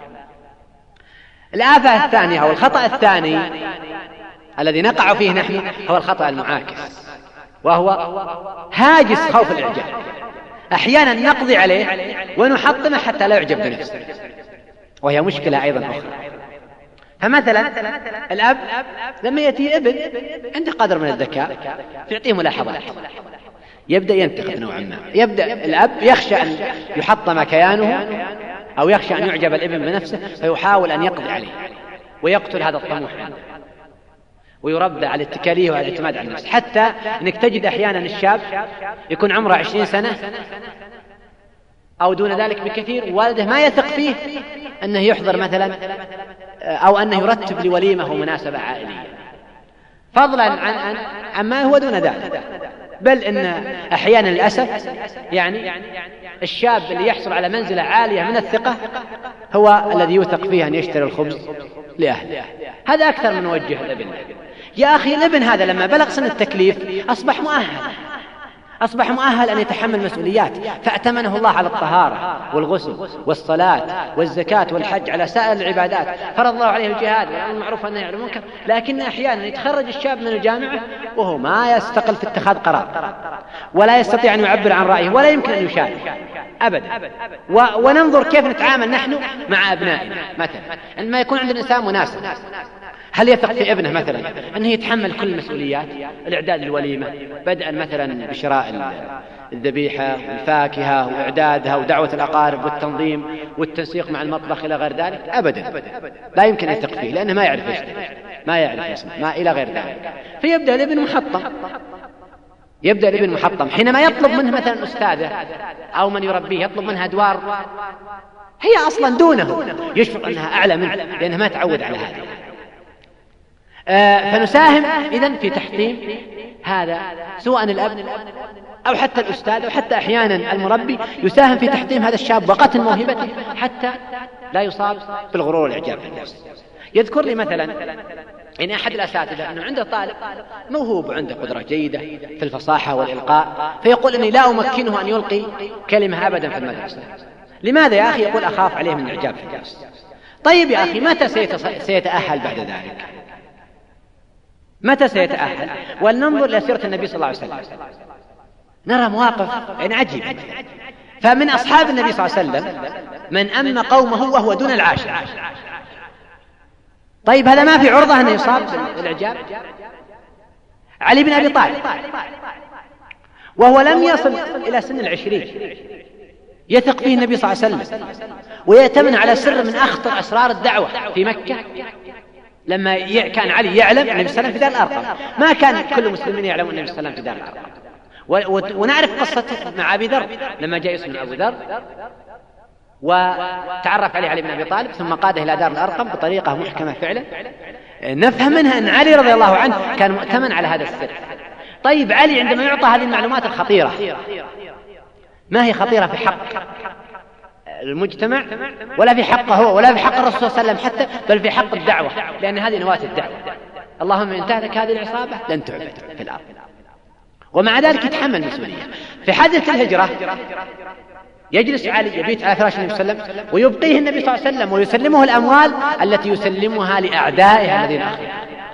الآفة الثانية أو الخطأ الثاني الذي نقع فيه نحن هو الخطأ المعاكس، وهو هاجس خوف الإعجاب. أحيانا نقضي عليه ونحطمه حتى لا يعجب بنفسه، وهي مشكلة أيضا أخرى. فمثلا الأب لما يأتي ابن عنده قدر من الذكاء يعطيه ملاحظات، يبدأ ينتقد نوعا ما، يبدأ الأب يخشى أن يحطم كيانه أو يخشى أن يعجب الابن بنفسه، فيحاول أن يقضي عليه ويقتل هذا الطموح عنه ويربى على الاتكالية وعلى الاعتماد على النفس، حتى أنك تجد أحيانا الشاب يكون عمره عشرين سنة أو دون ذلك بكثير، والده ما يثق فيه أنه يحضر مثلا أو أنه يرتب لوليمة ومناسبة عائلية، فضلا عن عما هو دون ذلك. بل إن أحيانا للأسف يعني الشاب اللي يحصل على منزلة عالية من الثقة هو الذي يوثق فيه أن يشتري الخبز لأهله. هذا أكثر من وجه الابن. يا أخي الابن هذا لما بلغ سن التكليف أصبح مؤهل، أصبح مؤهل أن يتحمل مسؤوليات، فأتمنه الله على الطهارة والغسل والصلاة والزكاة والحج على سائر العبادات، فرض الله عليه الجهاد والمعروف أنه يعلم المنكر. لكن أحيانا يتخرج الشاب من الجامعة وهو ما يستقل في اتخاذ قرار، ولا يستطيع أن يعبر عن رأيه، ولا يمكن أن يشارك أبدا. وننظر كيف نتعامل نحن مع أبنائنا. مثلا عندما يكون عند الإنسان مناسب، هل يثق في ابنه مثلا أنه يتحمل كل المسؤوليات، الإعداد للوليمة بدءا مثلا بشراء الذبيحة والفاكهة وإعدادها ودعوة الأقارب والتنظيم والتنسيق مع المطبخ إلى غير ذلك؟ أبدا، لا يمكن أن يثق فيه لأنه ما يعرف يشتغل، ما يعرف يصنع، ما إلى غير ذلك. فيبدأ الابن محطم، يبدأ الابن محطم حينما يطلب منه مثلا أستاذه أو من يربيه يطلب منها أدوار هي أصلا دونه، يشفق أنها أعلى منه لأنه ما تعود على هذا. آه فنساهم إذن في تحطيم هذا، سواء الأب أو حتى الأستاذ أو حتى أحيانا المربي يساهم في تحطيم هذا الشاب وقتل موهبته حتى لا يصاب بالغرور والإعجاب في النفس. يذكر لي مثلا إن أحد الأساتذة أنه عنده طالب موهوب وعنده قدرة جيدة في الفصاحة والإلقاء، فيقول إني لا أمكنه أن يلقي كلمة أبدا في المدرسة. لماذا يا أخي؟ يقول أخاف عليه من الإعجاب في النفس. طيب يا أخي متى سيتأهل بعد ذلك؟ متى سيتأهل؟ ولننظر لسيرة النبي صلى الله عليه وسلم، نرى مواقف يعني عجيبة. فمن أصحاب النبي صلى الله عليه وسلم من أم قومه وهو دون العاشر. طيب هذا ما في عرضة أن يصاب بالإعجاب؟ علي بن أبي طالب وهو لم يصل إلى سن العشرين يثق فيه النبي صلى الله عليه وسلم ويأتمن على سر من أخطر أسرار الدعوة في مكة. لما كان علي يعلم النبي صلى الله عليه وسلم في دار الأرقم، ما كان كل المسلمين يعلمون النبي صلى الله عليه وسلم في دار الأرقم. ونعرف قصته مع أبي ذر لما جاء اسم أبو ذر وتعرف عليه علي بن أبي طالب ثم قاده إلى دار الأرقم بطريقة محكمة فعلا. نفهم منها أن علي رضي الله عنه كان مؤتمن على هذا السر. طيب علي عندما يعطى هذه المعلومات الخطيرة، ما هي خطيرة في حق المجتمع ولا في حقه هو ولا في حق الرسول صلى الله عليه وسلم حتى، بل في حق الدعوة، لأن هذه نواة الدعوة. اللهم إن تهلك هذه العصابة لن تعبد في الأرض، ومع ذلك يتحمل المسؤولية. في حادثة الهجرة يجلس علي يبيت على فراش النبي صلى الله عليه وسلم ويبقيه النبي صلى الله عليه وسلم ويسلمه الأموال التي يسلمها لأعدائه الذين أخذوا.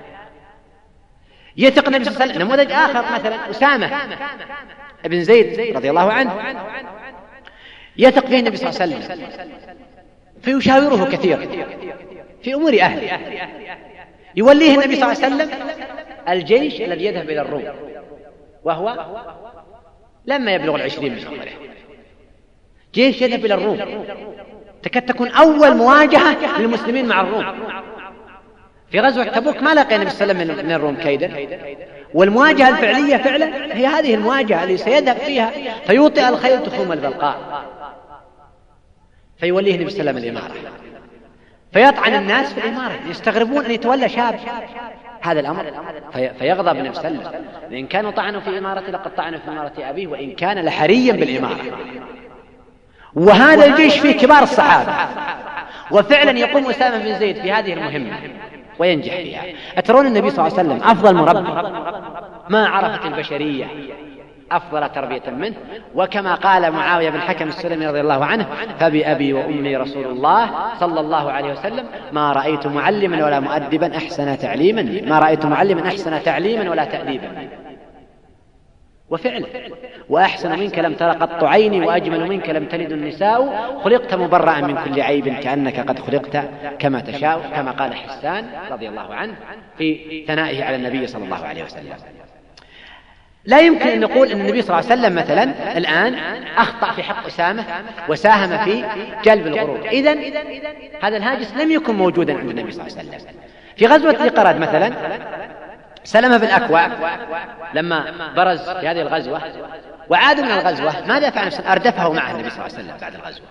يثق النبي صلى الله عليه وسلم. نموذج آخر مثلا أسامة ابن زيد رضي الله عنه، يثق فيه النبي صلى الله عليه وسلم فيشاوره كثيرا في أمور أهله. يوليه النبي صلى الله عليه وسلم الجيش الذي يذهب إلى الروم، وهو لما يبلغ العشرين من عمره، جيش يذهب إلى الروم، تكاد تكون أول مواجهة للمسلمين مع الروم. في غزوة تبوك ما لقي النبي صلى الله عليه وسلم من الروم كيدا، والمواجهة الفعلية فعلا هي هذه المواجهة التي سيذهب فيها فيوطئ الخيل تخوم البلقاء، فيوليه النبي صلى الله عليه وسلم الإمارة، فيطعن الناس في الإمارة، يستغربون أن يتولى شاب هذا الأمر، في فيغضب النبي صلى الله عليه وسلم. وإن كانوا طعنوا في إمارته لقد طعنوا في إمارة أبيه، وإن كان لحريا بالإمارة. وهذا الجيش فيه كبار الصحابة، وفعلا يقوم أسامة بن زيد في هذه المهمة وينجح فيها. أترون النبي صلى الله عليه وسلم أفضل مربي، ما عرفت البشرية أفضل تربية منه. وكما قال معاوية بن الحكم السلمي رضي الله عنه: فبأبي وأمي رسول الله صلى الله عليه وسلم ما رأيت معلما ولا مؤدبا أحسن تعليما ما رأيت معلما أحسن تعليما ولا تأديبا. وفعلا: وأحسن منك لم تر قط عيني وأجمل منك لم تلد النساء خلقت مبرأ من كل عيب كأنك قد خلقت كما تشاء، كما قال حسان رضي الله عنه في ثنائه على النبي صلى الله عليه وسلم. لا يمكن أن نقول أن النبي صلى الله عليه وسلم مثلا الآن أخطأ في حق أسامة وساهم في جلب الغرور. إذن هذا الهاجس لم يكن موجودا عند النبي صلى الله عليه وسلم. في غزوة ذي قرد مثلا سلمة بن الأكوع لما برز في هذه الغزوة وعاد من الغزوة ماذا فعل؟ أردفه معه النبي صلى الله عليه وسلم بعد الغزوة.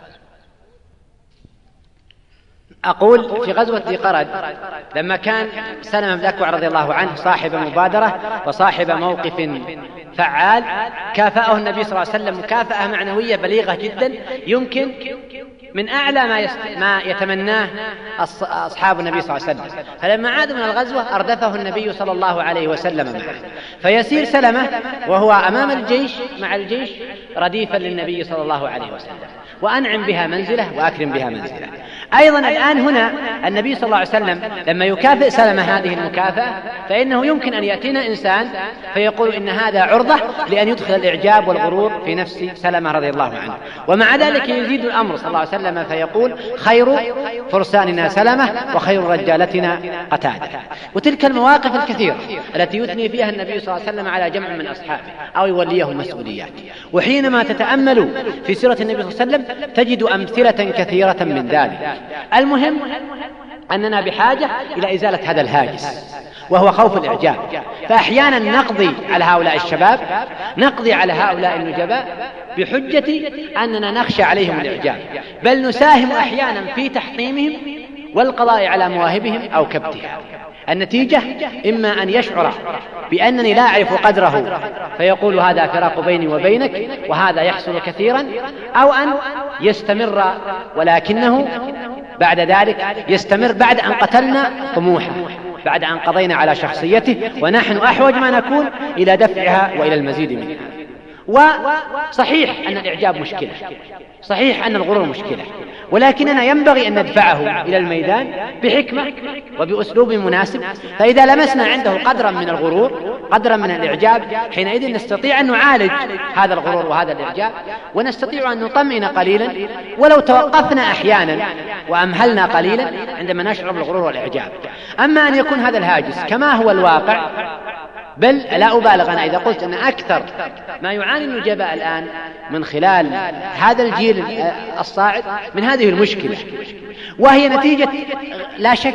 أقول في غزوة ذي قرد لما كان سلمة بن الأكوع رضي الله عنه صاحب مبادرة وصاحب موقف فعال، كافأه النبي صلى الله عليه وسلم مكافأة معنوية بليغة جدا، يمكن من أعلى ما, يست... ما يتمناه أص... أصحاب النبي صلى الله عليه وسلم. فلما عاد من الغزوة أردفه النبي صلى الله عليه وسلم معه، فيسير سلمة وهو أمام الجيش مع الجيش رديفا للنبي صلى الله عليه وسلم، وأنعم بها منزله وأكرم بها منزله. أيضا الآن هنا النبي صلى الله عليه وسلم لما يكافئ سلمة هذه المكافأة فإنه يمكن أن يأتينا إنسان فيقول إن هذا عرضة لأن يدخل الإعجاب والغرور في نفس سلمة رضي الله عنه، ومع ذلك يزيد الأمر صلى الله عليه وسلم فيقول: خير فرساننا سلمة وخير رجالتنا قتادة. وتلك المواقف الكثيرة التي يثني فيها النبي صلى الله عليه وسلم على جمع من أصحابه أو يوليه المسؤوليات. وحينما تتأملوا في سيرة النبي صلى الله عليه وسلم تجد أمثلة كثيرة من ذلك. المهم أننا بحاجة إلى إزالة هذا الهاجس وهو خوف الإعجاب. فأحيانا نقضي على هؤلاء الشباب، نقضي على هؤلاء النجباء بحجة أننا نخشى عليهم الإعجاب، بل نساهم أحيانا في تحطيمهم والقضاء على مواهبهم أو كبتها. النتيجة إما أن يشعر بأنني لا أعرف قدره فيقول هذا فراق بيني وبينك وهذا يحصل كثيرا، أو أن يستمر ولكنه بعد ذلك يستمر بعد أن قتلنا طموحه، بعد أن قضينا على شخصيته، ونحن أحوج ما نكون إلى دفعها وإلى المزيد منها. وصحيح أن الإعجاب مشكلة، صحيح أن الغرور مشكلة، ولكننا ينبغي أن ندفعه إلى الميدان بحكمة وبأسلوب مناسب. فإذا لمسنا عنده قدرا من الغرور، قدرا من الإعجاب، حينئذ نستطيع أن نعالج هذا الغرور وهذا الإعجاب، ونستطيع أن نطمئن قليلا ولو توقفنا أحيانا وأمهلنا قليلا عندما نشعر بالغرور والإعجاب. أما أن يكون هذا الهاجس كما هو الواقع، بل لا أبالغ أنا إذا قلت أن أكثر ما يعاني النجباء الآن من خلال هذا الجيل الصاعد من هذه المشكلة، وهي نتيجة لا شك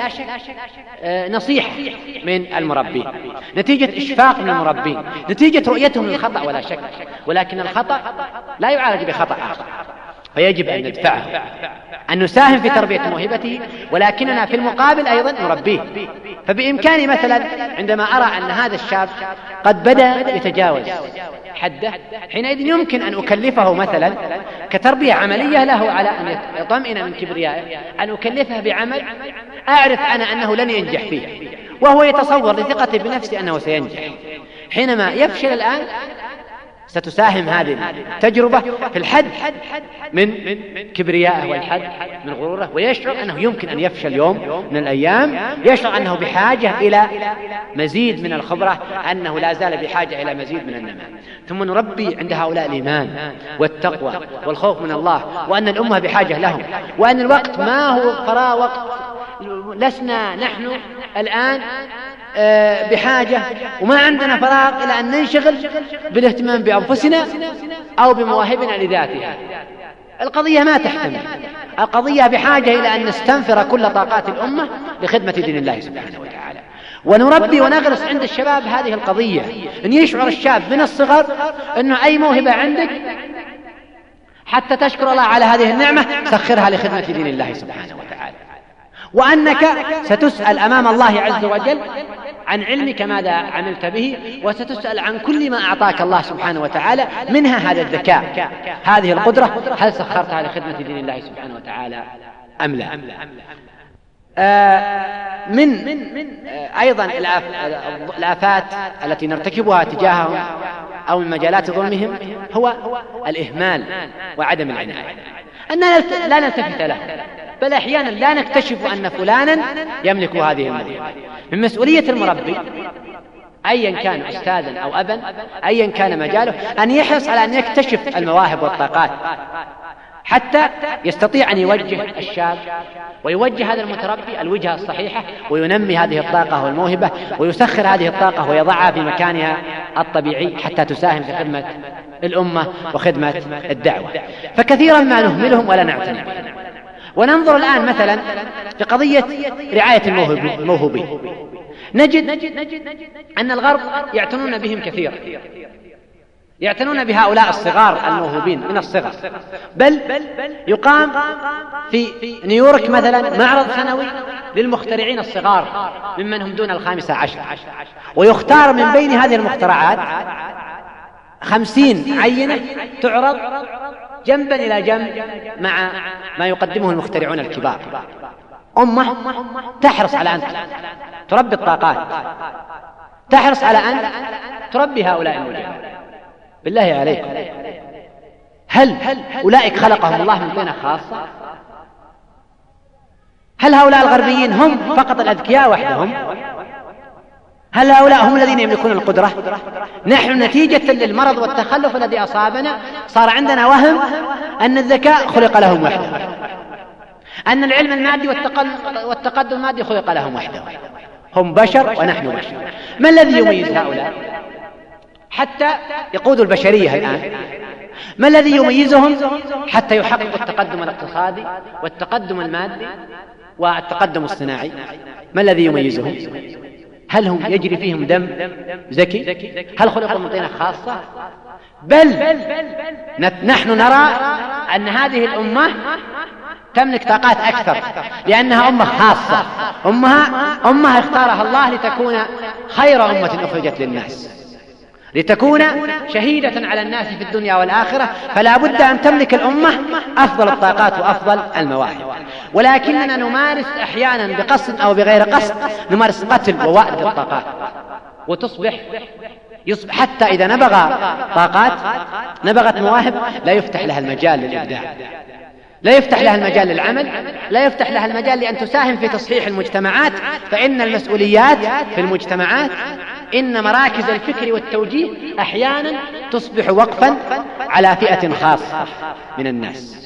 نصيحة من المربين، نتيجة إشفاق من المربين، نتيجة رؤيتهم للخطأ ولا شك. ولكن الخطأ لا يعالج بخطأ آخر، فيجب أن ندفعه، أن نساهم في تربية موهبته، ولكننا في المقابل أيضا نربيه. فبإمكاني مثلا عندما أرى أن هذا الشاب قد بدأ يتجاوز حده، حينئذ يمكن أن أكلفه مثلا كتربية عملية له على أن يطمئن من كبريائه، أن أكلفه بعمل أعرف أنا أنه لن ينجح فيه، وهو يتصور لثقته بنفسه أنه سينجح. حينما يفشل الآن ستساهم هذه التجربة في الحد من كبريائه والحد من غروره، ويشعر أنه يمكن أن يفشل يوم من الأيام، يشعر أنه بحاجة إلى مزيد من الخبرة، أنه لا زال بحاجة إلى مزيد من النماء. ثم نربي عند هؤلاء الإيمان والتقوى والخوف من الله، وأن الأمة بحاجة لهم، وأن الوقت ما هو فراغ وقت، لسنا نحن الآن بحاجة وما عندنا فراغ إلى أن ننشغل بالاهتمام بأنفسنا أو بمواهبنا لذاتها. القضية ما تحتمل، القضية بحاجة إلى أن نستنفر كل طاقات الأمة لخدمة دين الله سبحانه وتعالى. ونربي ونغرس عند الشباب هذه القضية، أن يشعر الشاب من الصغر أنه أي موهبة عندك حتى تشكر الله على هذه النعمة سخرها لخدمة دين الله سبحانه وتعالى، وأنك ستسأل أمام الله عز وجل عن علمك ماذا عملت به، وستسأل عن كل ما أعطاك الله سبحانه وتعالى، منها هذا الذكاء، هذه القدرة، هل سخرتها لخدمة دين الله سبحانه وتعالى أم لا؟ آه من آه أيضا الآفات التي نرتكبها تجاههم أو من مجالات ظلمهم هو الإهمال وعدم العناية، أننا لا نلتفت له، بل أحيانا لا نكتشف أن فلانا يملك هذه الموهبة. من مسؤولية المربي أيا كان أستاذا أو أبا، أيا كان مجاله، أن يحرص على أن يكتشف المواهب والطاقات حتى يستطيع أن يوجه الشاب ويوجه هذا المتربي الوجهة الصحيحة، وينمي هذه الطاقة والموهبة، ويسخر هذه الطاقة ويضعها في مكانها الطبيعي حتى تساهم في خدمة الأمة وخدمة الدعوة. فكثيرا ما نهملهم ولا نعتني بهم. وننظر الآن مثلا في قضية رعاية الموهوبين، نجد أن الغرب يعتنون بهم كثيرا، يعتنون بهؤلاء الصغار الموهوبين من الصغر، بل يقام في نيويورك مثلا معرض سنوي للمخترعين الصغار ممن هم دون الخامسة عشر، ويختار من بين هذه المخترعات خمسين عينة تعرض جنبا إلى جنب مع ما يقدمه المخترعون الكبار. أمة تحرص على أن تربي الطاقات، تحرص على أن تربي هؤلاء المجانين. بالله عليكم، هل أولئك خلقهم الله من طينة خاصة؟ هل هؤلاء الغربيين هم فقط الأذكياء وحدهم؟ هل هؤلاء هم الذين يملكون القدرة؟ نحن نتيجة للمرض والتخلف الذي أصابنا صار عندنا وهم أن الذكاء خلق لهم وحده، أن العلم المادي والتقدم المادي خلق لهم وحده. هم بشر ونحن بشر. ما الذي يميز هؤلاء حتى يقودوا البشرية الآن؟ ما الذي يميزهم حتى يحققوا التقدم الاقتصادي والتقدم المادي والتقدم الصناعي؟ ما الذي يميزهم؟ هل هم يجري فيهم دم زكي؟ هل خلقوا من طينة خاصة؟ بل نحن نرى أن هذه الأمة تملك طاقات أكثر، لأنها أمة خاصة، أمها أمة اختارها الله لتكون خير أمة أخرجت للناس، لتكون شهيدة على الناس في الدنيا والآخرة. فلا بد أن تملك الأمة أفضل الطاقات وأفضل المواهب. ولكننا نمارس أحيانا بقصد أو بغير قصد، نمارس قتل ووأد الطاقات، وتصبح يصبح حتى إذا نبغى طاقات نبغت مواهب لا يفتح لها المجال للإبداع، لا يفتح لها المجال للعمل، لا يفتح لها المجال لأن تساهم في تصحيح المجتمعات. فإن المسؤوليات في المجتمعات، إن مراكز الفكر والتوجيه أحيانا تصبح وقفا على فئة خاصة من الناس،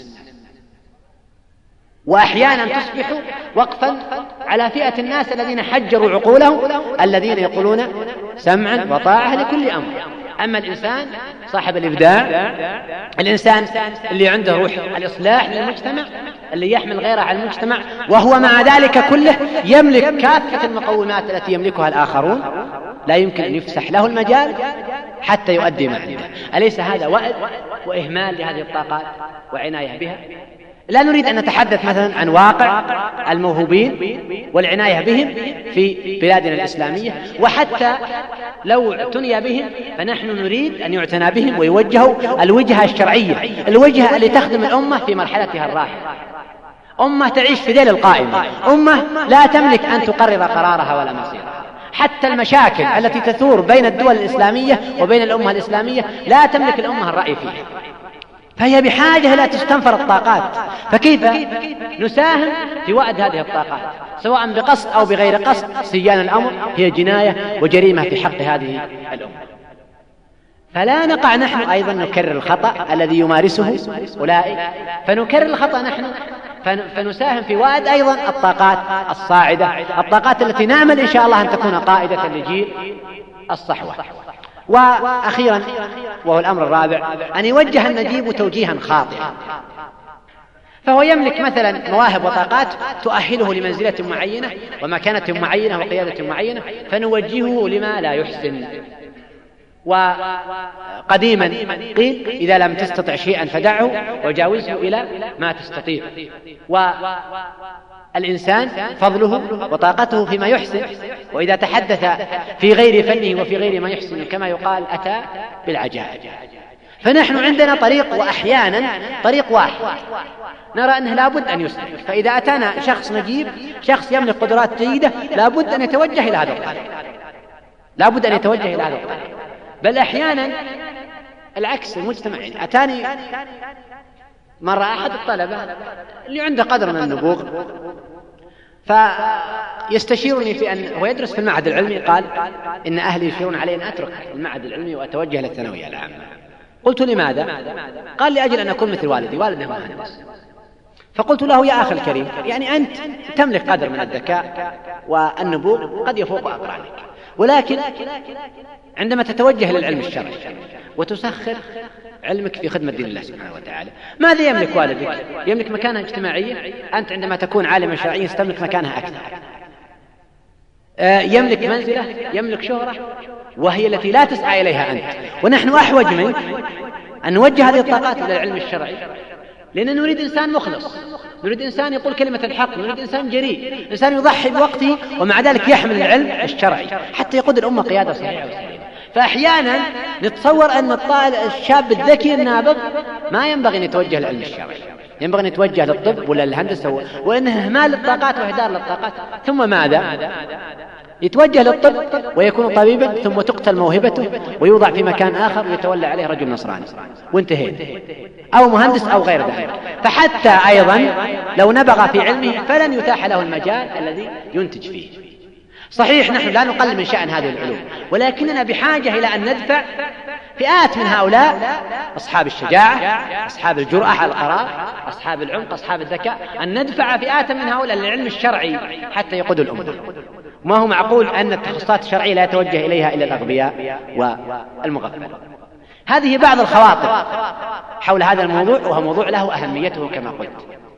وأحيانا تصبح وقفا على فئة الناس الذين حجروا عقولهم، الذين يقولون سمعا وطاعة لكل أمر. أما الإنسان صاحب الإبداع، الإنسان اللي عنده روح الإصلاح للمجتمع، اللي يحمل غيره على المجتمع، وهو مع ذلك كله يملك كافة المقومات التي يملكها الآخرون، لا يمكن أن يفسح له المجال حتى يؤدي ما عنده. أليس هذا وأد وإهمال لهذه الطاقات وعناية بها؟ لا نريد أن نتحدث مثلا عن واقع الموهوبين والعناية بهم في بلادنا الإسلامية، وحتى لو اعتني بهم فنحن نريد أن يعتنى بهم ويوجهوا الوجهة الشرعية، الوجهة اللي تخدم الأمة في مرحلتها الراحلة، أمة تعيش في ذيل القائمة، أمة لا تملك أن تقرر قرارها ولا مصيرها. حتى المشاكل التي تثور بين الدول الإسلامية وبين الأمة الإسلامية لا تملك الأمة الرأي فيها، فهي بحاجة لا تستنفر الطاقات. فكيف نساهم في وأد هذه الطاقات سواء بقصد أو بغير قصد؟ صيان الأمر هي جناية وجريمة في حق هذه الأمة. فلا نقع نحن أيضا نكرر الخطأ الذي يمارسه أولئك، فنكرر الخطأ نحن، فنساهم في وأد أيضا الطاقات الصاعدة، الطاقات التي نأمل إن شاء الله أن تكون قائدة لجيل الصحوة. وأخيرا وهو الأمر الرابع، أن يوجه النجيب توجيها خاطئا. فهو يملك مثلا مواهب وطاقات تؤهله لمنزلة معينة ومكانة معينة وقيادة معينة، فنوجهه لما لا يحسن. وقديما قيل إذا لم تستطع شيئا فدعه وجاوزه إلى ما تستطيع. والإنسان فضله وطاقته فيما يحسن، وإذا تحدث في غير فنه وفي غير ما يحسن كما يقال أتى بالعجائب. فنحن عندنا طريق، وأحيانا طريق واحد نرى أنه لابد أن يسلك. فإذا أتانا شخص نجيب، شخص يملك قدرات جيدة، لابد أن يتوجه إلى هذا الطريق، لابد أن يتوجه إلى هذا الطريق. بل أحيانا العكس، المجتمع. يعني أتاني مرة أحد الطلبة اللي عنده قدر من النبوغ، فيستشيرني في أن هو يدرس في المعهد العلمي، قال إن أهلي يشيرون علي أن أترك المعهد العلمي وأتوجه للثانوية العامة. قلت لماذا؟ قال لأجل أن أكون مثل والدي، والده مهندس. فقلت له يا أخي الكريم، يعني أنت تملك قدر من الذكاء والنبوغ قد يفوق أقرانك، ولكن عندما تتوجه للعلم الشرعي وتسخر علمك في خدمة دين الله سبحانه وتعالى، ماذا يملك والدك؟ يملك مكانة اجتماعية، أنت عندما تكون عالما شرعيا تملك مكانها أكثر. يملك منزلة، يملك شهرة، وهي التي لا تسعى إليها أنت. ونحن أحوج منك أن نوجه هذه الطاقات إلى العلم الشرعي، لأننا نريد إنسان مخلص، نريد إنسان يقول كلمة الحق، نريد إنسان جريء، إنسان يضحي بوقته ومع ذلك يحمل العلم الشرعي حتى يقود الأمة قيادة صحيحة. فأحيانا نتصور أن الشاب الذكي النابغ ما ينبغي أن يتوجه للعلم الشرعي، ينبغي أن يتوجه للطب ولا للهندسة، وإنه إهمال للطاقات وإهدار للطاقات. ثم ماذا؟ يتوجه للطب ويكون طبيبا، ثم تقتل موهبته ويوضع في مكان آخر ويتولى عليه رجل نصراني، وانتهينا. أو مهندس أو غير ذلك. فحتى أيضا لو نبغى في علمه فلن يتاح له المجال الذي ينتج فيه. صحيح نحن لا نقلل من شأن هذه العلوم، ولكننا بحاجة إلى أن ندفع فئات من هؤلاء، أصحاب الشجاعة، أصحاب الجرأة على القرار، أصحاب العمق، أصحاب الذكاء، أن ندفع فئات من هؤلاء للعلم الشرعي حتى يقودوا الأمة. ما هو معقول أن التخصصات الشرعية لا يتوجه إليها إلا الأغبياء والمغفلين. هذه بعض الخواطر حول هذا الموضوع، وهو موضوع له أهميته كما قلت.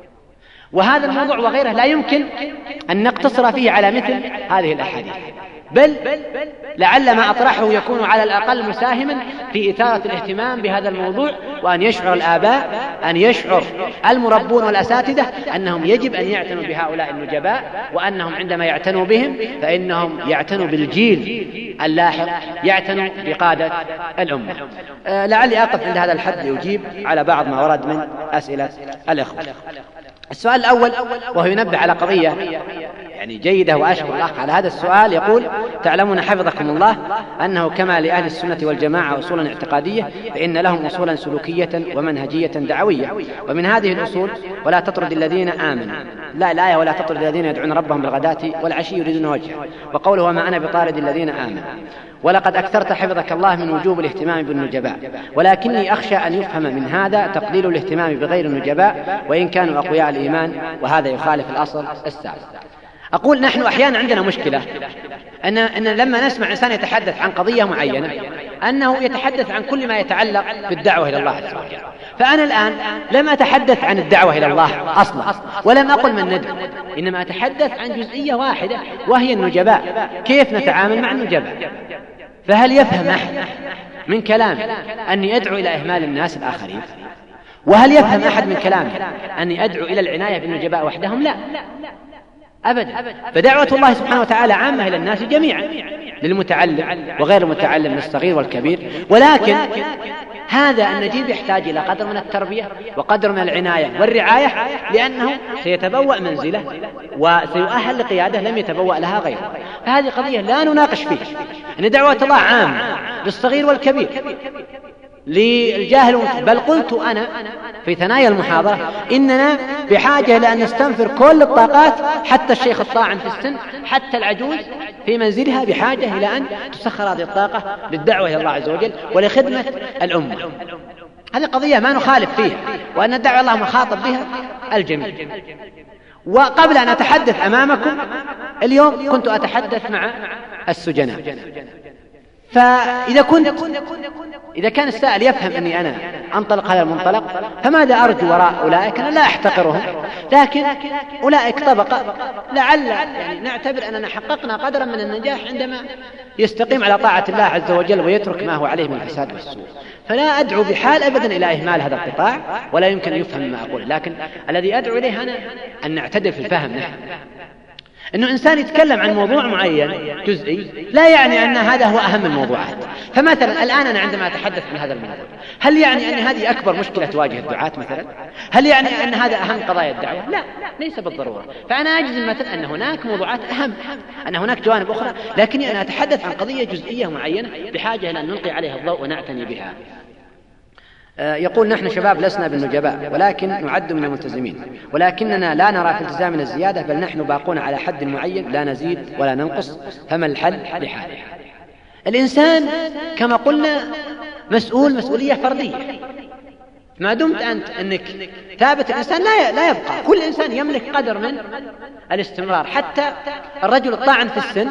وهذا الموضوع وغيره لا يمكن أن نقتصر فيه على مثل هذه الأحاديث، بل لعل ما أطرحه يكون على الأقل مساهما في إثارة الاهتمام بهذا الموضوع، وأن يشعر الآباء، أن يشعر المربون والأساتذة أنهم يجب أن يعتنوا بهؤلاء النجباء، وأنهم عندما يعتنوا بهم فإنهم يعتنوا بالجيل اللاحق، يعتنوا بقادة الأمة. أه لعلي أقف عند هذا الحد لأجيب على بعض ما ورد من أسئلة الأخوة. السؤال الأول، وهو ينبه على قضية يعني جيدة، وأشكر الله على هذا السؤال. يقول: تعلمون حفظكم الله أنه كما لأهل السنة والجماعة أصولا اعتقادية، فإن لهم أصولا سلوكية ومنهجية دعوية، ومن هذه الأصول ولا تطرد الذين آمنوا، لا الآية ولا تطرد الذين يدعون ربهم بالغداة والعشي يريدون وجهه، وقوله وما أنا بطارد الذين آمنوا. ولقد أكثرت حفظك الله من وجوب الاهتمام بالنجباء، ولكني أخشى أن يفهم من هذا تقليل الاهتمام بغير النجباء وإن كانوا أقوياء الإيمان، وهذا يخالف الأصل السابق. أقول نحن أحيانا عندنا مشكلة أن, أن لما نسمع إنسان يتحدث عن قضية معينة أنه يتحدث عن كل ما يتعلق بالدعوة إلى الله عز وجل. فأنا الآن لم أتحدث عن الدعوة إلى الله أصلا، ولم أقل من ندعو، إنما أتحدث عن جزئية واحدة وهي النجباء. كيف نتعامل مع النجباء؟ فهل يفهم أحد من كلامي أني أدعو إلى إهمال الناس الآخرين؟ وهل يفهم أحد من كلامي أني أدعو إلى العناية بالنجباء وحدهم؟ لا أبدا. فدعوة الله سبحانه وتعالى عامة إلى الناس جميعا، للمتعلم وغير المتعلم، للصغير والكبير. ولكن هذا النجيب يحتاج إلى قدر من التربية وقدر من العناية والرعاية، لأنه سيتبوأ منزله وسيؤهل لقيادة لم يتبوأ لها غيره. فهذه قضية لا نناقش فيها، أن دعوة الله عامة للصغير والكبير، للجاهل. بل قلت أنا في ثنايا المحاضرة إننا بحاجة إلى أن نستنفر كل الطاقات، حتى الشيخ الطاعن في السن، حتى العجوز في منزلها بحاجة إلى أن تسخر هذه الطاقة للدعوة إلى الله عز وجل ولخدمة الأمة. هذه قضية ما نخالف فيها، وأن الدعوة الله مخاطب بها الجميع. وقبل أن أتحدث أمامكم اليوم كنت أتحدث مع السجناء، فإذا كنت إذا كان السائل يفهم أني أنا أنطلق هذا المنطلق، فماذا أرجو وراء أولئك؟ أنا لا أحتقرهم، لكن أولئك طبقة لعل يعني نعتبر أننا حققنا قدرا من النجاح عندما يستقيم على طاعة الله عز وجل ويترك ما هو عليه من الفساد والسوء. فلا أدعو بحال أبدا إلى إهمال هذا القطاع، ولا يمكن أن يفهم ما أقول، لكن الذي أدعو إليه أنا أن نعتدل في الفهم نحن. أنه إنسان يتكلم عن موضوع معين جزئي لا يعني أن هذا هو أهم الموضوعات. فمثلا الآن أنا عندما أتحدث عن هذا الموضوع، هل يعني أن هذه أكبر مشكلة تواجه الدعاة مثلا؟ هل يعني أن هذا أهم قضايا الدعوة؟ لا، ليس بالضرورة. فأنا أجزم مثلا أن هناك موضوعات أهم، أن هناك جوانب أخرى، لكني أنا أتحدث عن قضية جزئية معينة بحاجة إلى أن نلقي عليها الضوء ونعتني بها. يقول: نحن شباب لسنا بالنجباء، ولكن نعد من الملتزمين، ولكننا لا نرى في التزامنا الزيادة، بل نحن باقون على حد معين لا نزيد ولا ننقص، فما الحل لحاله؟ الإنسان كما قلنا مسؤول مسؤولية فردية. ما دمت أنت أنك ثابت، الإنسان لا لا يبقى. كل إنسان يملك قدر من الاستمرار، حتى الرجل الطاعن في السن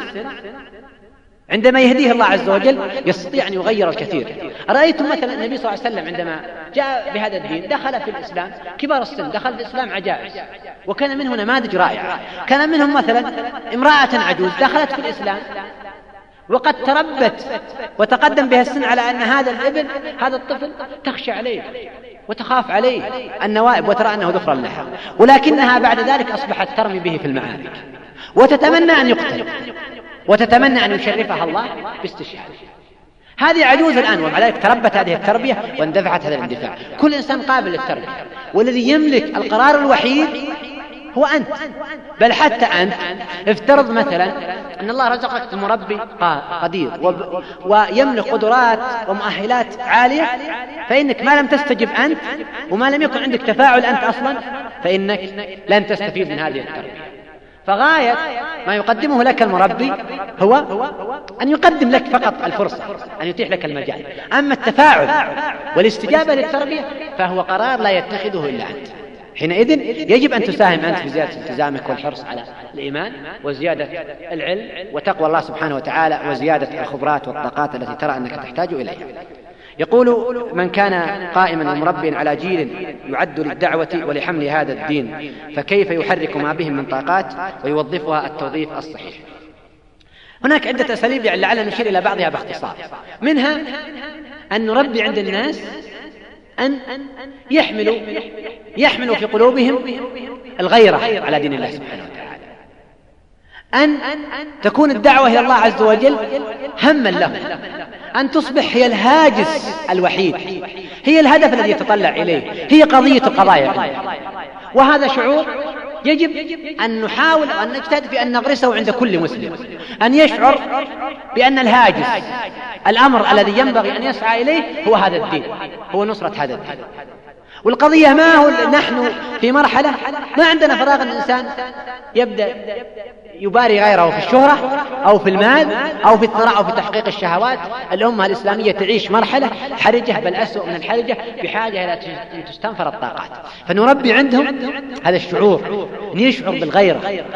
عندما يهديه الله عز وجل يستطيع أن يغير الكثير. رأيتم مثلا النبي صلى الله عليه وسلم عندما جاء بهذا الدين دخل في الإسلام كبار السن، دخل في الإسلام عجائز، وكان منه نماذج رائعة. كان منهم مثلا امرأة عجوز دخلت في الإسلام وقد تربت وتقدم بها السن على أن هذا الابن هذا الطفل تخشى عليه وتخاف عليه النوائب وترى أنه ذكر لها، ولكنها بعد ذلك أصبحت ترمي به في المعارك وتتمنى أن يقتل وتتمنى أن يشرفها الله باستشهاده. هذه عجوز الآن، ومع ذلك تربت هذه التربية واندفعت هذا الاندفاع. كل إنسان قابل للتربية، والذي يملك القرار الوحيد هو أنت. بل حتى أنت افترض مثلا أن الله رزقك المربي قدير ويملك قدرات ومؤهلات عالية، فإنك ما لم تستجب أنت وما لم يكن عندك تفاعل أنت أصلا، فإنك لن تستفيد من هذه التربية. فغاية ما يقدمه لك المربي هو أن يقدم لك فقط الفرصة، أن يتيح لك المجال. أما التفاعل والاستجابة للتربية فهو قرار لا يتخذه إلا أنت. حينئذ يجب أن تساهم أنت في زيادة التزامك والحرص على الإيمان وزيادة العلم وتقوى الله سبحانه وتعالى وزيادة الخبرات والطاقات التي ترى أنك تحتاج إليها. يقول: من كان قائما ومربيا على جيل يعد للدعوة ولحمل هذا الدين، فكيف يحرك ما بهم من طاقات ويوظفها التوظيف الصحيح؟ هناك عدة أساليب لعلنا نشير إلى بعضها باختصار. منها أن نربي عند الناس أن يحملوا يحملوا في قلوبهم الغيرة على دين الله سبحانه وتعالى، أن تكون الدعوة إلى الله عز وجل هما لهم، أن تصبح هي الهاجس الوحيد، هي الهدف الذي يتطلع إليه، هي قضية قضايا. وهذا شعور يجب أن نحاول أن نجتهد في أن نغرسه عند كل مسلم، أن يشعر بأن الهاجس الأمر الذي ينبغي أن يسعى إليه هو هذا الدين، هو نصرة هذا الدين. والقضية ما هو نحن في مرحلة ما عندنا فراغ، الإنسان يبدأ يباري غيره في الشهرة أو في المال أو في الثراء أو في تحقيق الشهوات. الأمة الإسلامية تعيش مرحلة حرجة بل أسوأ من الحرجة، بحاجة إلى أن تستنفر الطاقات. فنربي عندهم هذا الشعور، أن يشعر بالغيرة،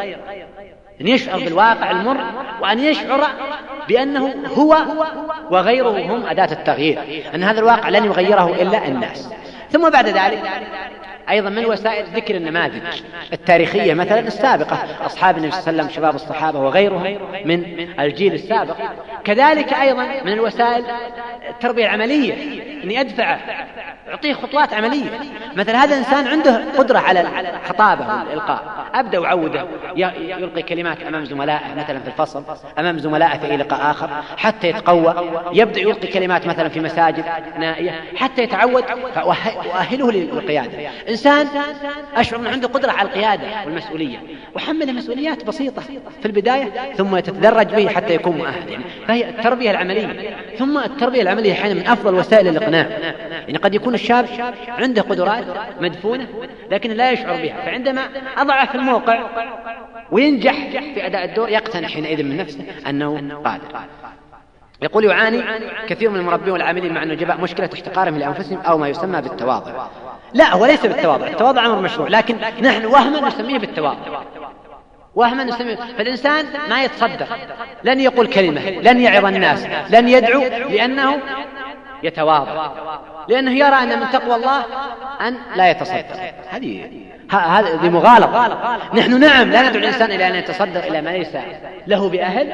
أن يشعر بالواقع المر، وأن يشعر بأنه هو وغيره هم أداة التغيير، أن هذا الواقع لن يغيره إلا الناس. ثم بعد ذلك أيضا من وسائل ذكر النماذج التاريخية مثلا السابقة، أصحاب النبي صلى الله عليه وسلم، شباب الصحابة وغيرهم من الجيل السابق. كذلك أيضا من الوسائل التربية العملية، أني أدفع أعطيه خطوات عملية. مثلا هذا الإنسان عنده قدرة على الخطابة والإلقاء، أبدأ أعوده يلقي كلمات أمام زملائه مثلا في الفصل، أمام زملائه في لقاء آخر حتى يتقوى، يبدأ يلقي كلمات مثلا في مساجد نائية حتى يتعود، فأؤهله للقيادة. إنسان أشعر أنه عنده قدرة على القيادة والمسؤولية، وحمله مسؤوليات بسيطة في البداية ثم يتدرج به حتى يكون مؤهل. يعني فهي التربية العملية. ثم التربية العملية حين من أفضل وسائل الإقناع. يعني قد يكون الشاب عنده قدرات مدفونة لكن لا يشعر بها، فعندما أضعه في الموقع وينجح في أداء الدور يقتنع حينئذ من نفسه أنه قادر. يقول يعاني كثير من المربين والعاملين مع النجباء مشكلة احتقارهم لأنفسهم أو ما يسمى بالتواضع. لا، هو ليس بالتواضع، التواضع أمر مشروع، لكن نحن وهما نسميه بالتواضع، وهما نسميه. فالإنسان ما يتصدق، لن يقول كلمة، لن يعظ الناس، لن يدعو، لأنه يتواضع، لأنه يرى أن من تقوى الله أن لا يتصدق. هذه هذه مغالطة. نحن نعم لا ندعو الإنسان إلى أن يتصدق إلى ما ليس له بأهل،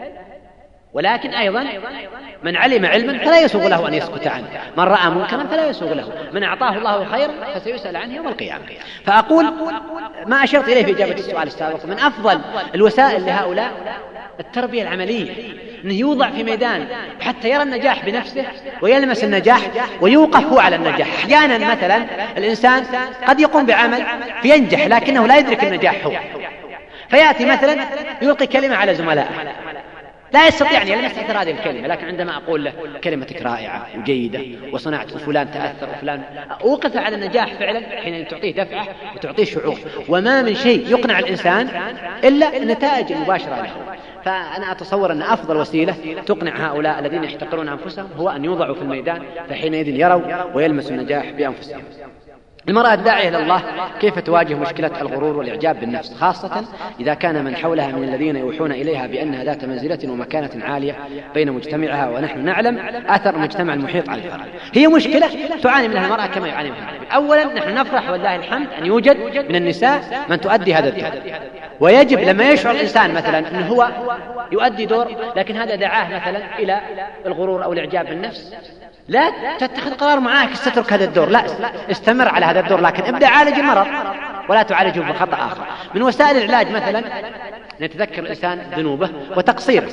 ولكن أيضا من علم علما فلا يسوغ له أن يسكت عنه، من رأى منكرا فلا يسوغ له، من أعطاه الله خيرا فسيسأل عنه يوم القيامة. فأقول ما أشرت إليه في إجابة السؤال السابق، من أفضل الوسائل لهؤلاء التربية العملية، أنه يوضع في ميدان حتى يرى النجاح بنفسه ويلمس النجاح ويوقف هو على النجاح. أحيانا مثلا الإنسان قد يقوم بعمل فينجح لكنه لا يدرك النجاح هو، فيأتي مثلا يلقي كلمة على زملائه لا يستطيع أن يلمس أثر هذه الكلمة، لكن عندما أقول له كلمتك رائعة وجيدة وصنعت فلان تأثر وفلان، أوقف على النجاح فعلا حين تعطيه دفعة وتعطيه شعور. وما من شيء يقنع الإنسان إلا النتائج المباشرة له. فأنا أتصور أن أفضل وسيلة تقنع هؤلاء الذين يحتقرون أنفسهم هو أن يوضعوا في الميدان، فحينئذ يروا ويلمسوا النجاح بأنفسهم. المرأة الداعية إلى الله كيف تواجه مشكلة الغرور والإعجاب بالنفس، خاصة إذا كان من حولها من الذين يوحون إليها بأنها ذات منزلة ومكانة عالية بين مجتمعها، ونحن نعلم أثر المجتمع المحيط على الفرد. هي مشكلة تعاني منها المرأة كما يعاني منها الرجل. أولا نحن نفرح والله الحمد أن يوجد من النساء من تؤدي هذا الدور، ويجب لما يشعر الإنسان مثلا أنه هو يؤدي دور لكن هذا دعاه مثلا إلى الغرور أو الإعجاب بالنفس، لا تتخذ قرار معاكس تترك هذا الدور، لا استمر على هذا الدور، لكن ابدأ عالج المرض ولا تعالجه بخطأ آخر. من وسائل العلاج مثلا نتذكر الإنسان ذنوبه وتقصيره.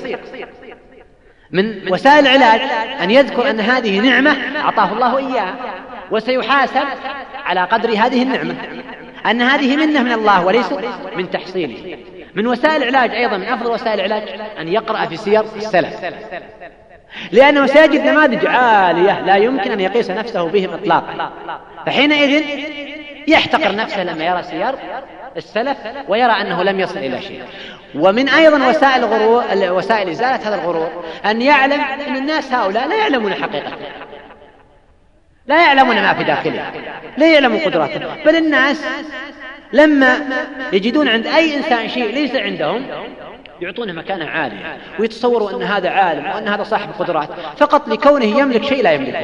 من وسائل العلاج أن يذكر أن هذه نعمة أعطاه الله إياها وسيحاسب على قدر هذه النعمة، أن هذه منه من الله وليس من تحصيله. من وسائل العلاج أيضا من أفضل وسائل العلاج أن يقرأ في سير السلف، لأنه سيجد نماذج عالية لا يمكن أن يقيس نفسه بهم إطلاقا، فحينئذ يحتقر نفسه لما يرى سير السلف ويرى أنه لم يصل إلى شيء. ومن أيضا وسائل غرور وسائل إزالة هذا الغرور أن يعلم أن الناس هؤلاء لا يعلمون حقيقة، لا يعلمون ما في داخله، لا يعلمون قدراته، بل الناس لما يجدون عند أي إنسان شيء ليس عندهم يعطونه مكانة عالية ويتصوروا أن هذا عالم وأن هذا صاحب قدرات فقط لكونه يملك شيء لا يملكه،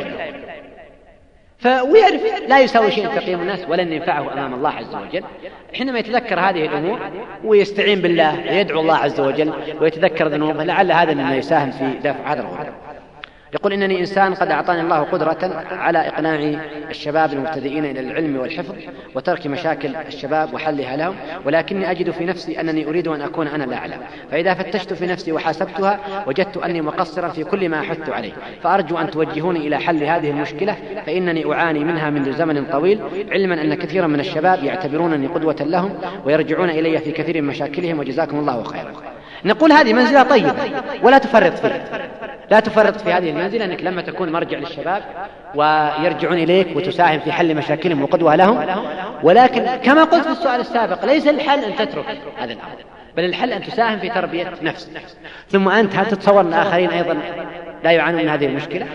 فويعرف لا يساوي شيء تقييم الناس ولن ينفعه أمام الله عز وجل. حينما يتذكر هذه الأمور ويستعين بالله ويدعو الله عز وجل ويتذكر ذنوبه لعل هذا مما يساهم في دفع هذا الغرور. يقول إنني إنسان قد أعطاني الله قدرة على إقناع الشباب المبتدئين إلى العلم والحفظ وترك مشاكل الشباب وحلها لهم، ولكني أجد في نفسي أنني أريد أن أكون أنا الأعلم، فإذا فتشت في نفسي وحاسبتها وجدت أني مقصرا في كل ما أحث عليه، فأرجو أن توجهوني إلى حل هذه المشكلة، فإنني أعاني منها منذ زمن طويل، علما أن كثيرا من الشباب يعتبرونني قدوة لهم ويرجعون إلي في كثير من مشاكلهم، وجزاكم الله خيرا. نقول هذه منزلة طيبة ولا تفرط فيها، لا تفرط في هذه المنزلة، أنك لما تكون مرجع للشباب ويرجعون إليك وتساهم في حل مشاكلهم وقدوة لهم، ولكن كما قلت في السؤال السابق ليس الحل أن تترك هذا الأمر، بل الحل أن تساهم في تربية نفس. ثم أنت هل تتصور أن الآخرين أيضا لا يعانون من هذه المشكلة؟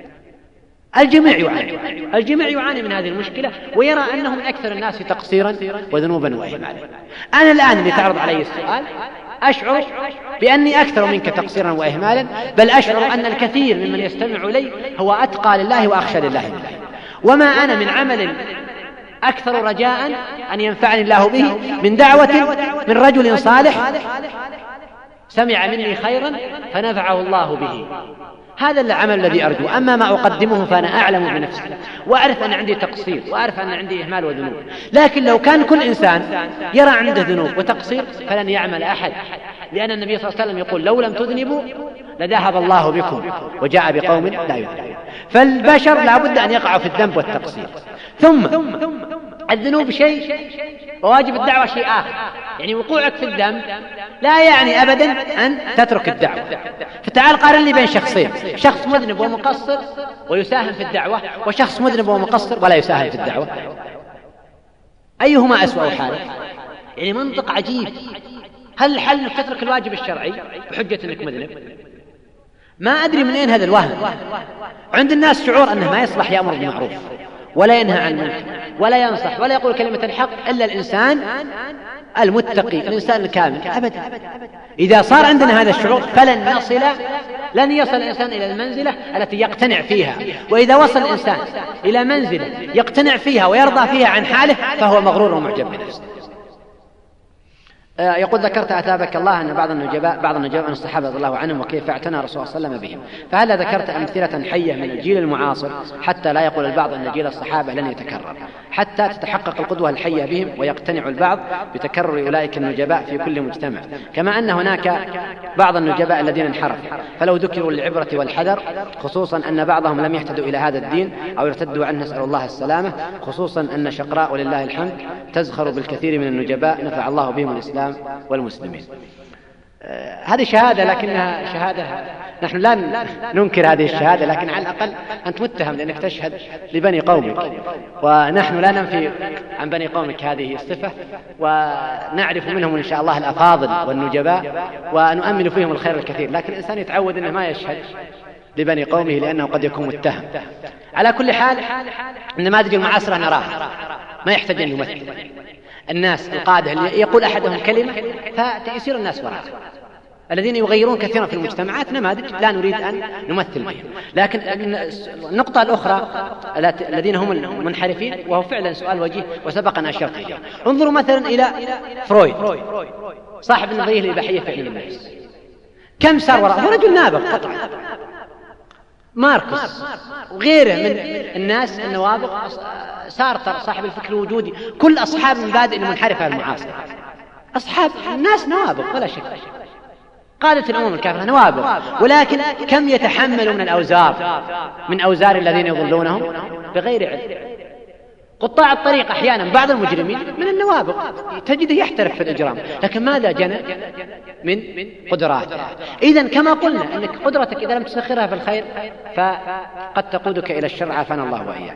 الجميع يعاني، الجميع يعاني من هذه المشكلة ويرى أنهم أكثر الناس تقصيرا وذنوبا وإهمالا. أنا الآن اللي تعرض علي السؤال أشعر بأني أكثر منك تقصيرا وإهمالا، بل أشعر أن الكثير ممن يستمع لي هو أتقى لله وأخشى لله بالله، وما أنا من عمل أكثر رجاء أن ينفعني الله به من دعوة من رجل صالح سمع مني خيرا فنفعه الله به. هذا العمل الذي أرجو. أما ما أقدمه فأنا أعلم بنفسي وأعرف أن عندي تقصير وأعرف أن عندي إهمال وذنوب، لكن لو كان كل إنسان يرى عنده ذنوب وتقصير فلن يعمل أحد، لأن النبي صلى الله عليه وسلم يقول لو لم تذنبوا لذهب الله بكم وجاء بقوم لا يذنبون. فالبشر لا بد أن يقعوا في الذنب والتقصير. ثم الذنوب شيء وواجب الدعوة شيء آخر. يعني وقوعك في الذنب لا يعني أبدا أن تترك الدعوة. فتعال قارن لي بين شخصين، شخص مذنب ومقصر ويساهم في الدعوة، وشخص مذنب ومقصر ولا يساهم في الدعوة، أيهما أسوأ حاله؟ يعني منطق عجيب. هل الحل أنك تترك الواجب الشرعي بحجة أنك مذنب؟ ما أدري من أين هذا الوهم. عند الناس شعور أنه ما يصلح يأمر بالمعروف ولا ينهى عن المنكر ولا ينصح ولا يقول كلمة الحق إلا الإنسان المتقي، الإنسان الكامل. أبدا. إذا صار عندنا هذا الشعور فلن نصل لن يصل الإنسان إلى المنزلة التي يقتنع فيها. وإذا وصل الإنسان إلى منزلة يقتنع فيها ويرضى فيها عن حاله فهو مغرور ومعجب بنفسه. يقول ذكرت أثابك الله أن بعض النجباء بعض النجباء من الصحابة رضي الله عنهم وكيف اعتنى رسول الله صلى الله عليه وسلم بهم، فهل ذكرت أمثلة حية من الجيل المعاصر حتى لا يقول البعض أن جيل الصحابة لن يتكرر، حتى تتحقق القدوة الحية بهم ويقتنع البعض بتكرر أولئك النجباء في كل مجتمع، كما أن هناك بعض النجباء الذين انحرفوا فلو ذكروا للعبرة والحذر، خصوصا أن بعضهم لم يهتدوا إلى هذا الدين أو يرتدوا عنه، نسأل الله السلامة، خصوصا أن شقراء ولله الحمد تزخر بالكثير من النجباء نفع الله بهم الإسلام والمسلمين. آه هذه شهادة، لكنها شهادة نحن لا ننكر هذه الشهادة، لكن على الأقل أنت متهم لأنك تشهد لبني قومك، ونحن لا ننفي عن بني قومك هذه الصفة، ونعرف منهم إن شاء الله الأفاضل والنجباء ونؤمل فيهم الخير الكثير، لكن الإنسان يتعود أنه ما يشهد لبني قومه لأنه قد يكون متهم. على كل حال النماذج المعاصرة نراها ما يحتاج أن يمثل الناس القادة اللي يقول أحدهم كلمة فيصير الناس وراءه، الذين يغيرون كثيرا في المجتمعات نماذج لا نريد أن نمثل بهم. لكن النقطة الأخرى الذين هم المنحرفين، وهو فعلا سؤال وجيه وسبق أن أشرت إليه. انظروا مثلا إلى فرويد صاحب النظرية الإباحية في علم النفس، كم صار وراءه؟ هو رجل نابغ قطعا. ماركس وغيره من الناس النوابغ، سارتر صاحب الفكر الوجودي، كل أصحاب المبادئ المنحرفة المعاصرة أصحاب الناس نوابغ ولا شك، قادة الأمم الكافرة نوابغ، ولكن كم يتحملوا من الأوزار من أوزار الذين يضلونهم بغير علم. قطاع الطريق أحيانا بعض المجرمين من النوابغ تجده يحترف في الإجرام، لكن ماذا جنى من قدراته؟ إذن كما قلنا أنك قدرتك إذا لم تسخرها في الخير فقد تقودك إلى الشر، عافانا الله وإياك.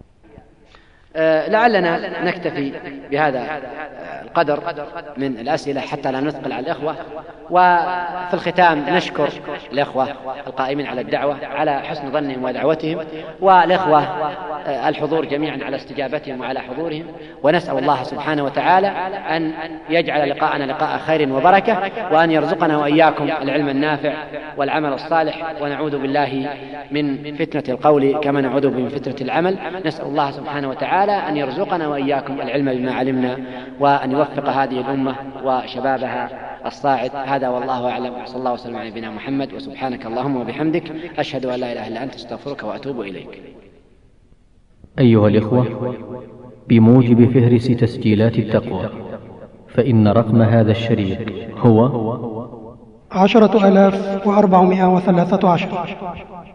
لعلنا نكتفي بهذا القدر من الأسئلة حتى لا نثقل على الإخوة، وفي الختام نشكر الإخوة القائمين على الدعوة على حسن ظنهم ودعوتهم، والإخوة الحضور جميعا على استجابتهم وعلى حضورهم، ونسأل الله سبحانه وتعالى أن يجعل لقاءنا لقاء خير وبركة، وأن يرزقنا وإياكم العلم النافع والعمل الصالح، ونعوذ بالله من فتنة القول كما نعوذ من فتنة العمل. نسأل الله سبحانه وتعالى أن يرزقنا وإياكم العلم بما علمنا، وأن يوفق هذه الأمة وشبابها الصاعد. هذا والله أعلم، وصلى الله وسلم على نبينا محمد، وسبحانك اللهم وبحمدك، أشهد أن لا إله إلا أنت، أستغفرك وأتوب إليك. أيها الإخوة، بموجب فهرس تسجيلات التقوى فإن رقم هذا الشريط هو عشرة آلاف وأربعمائة وثلاثة عشر.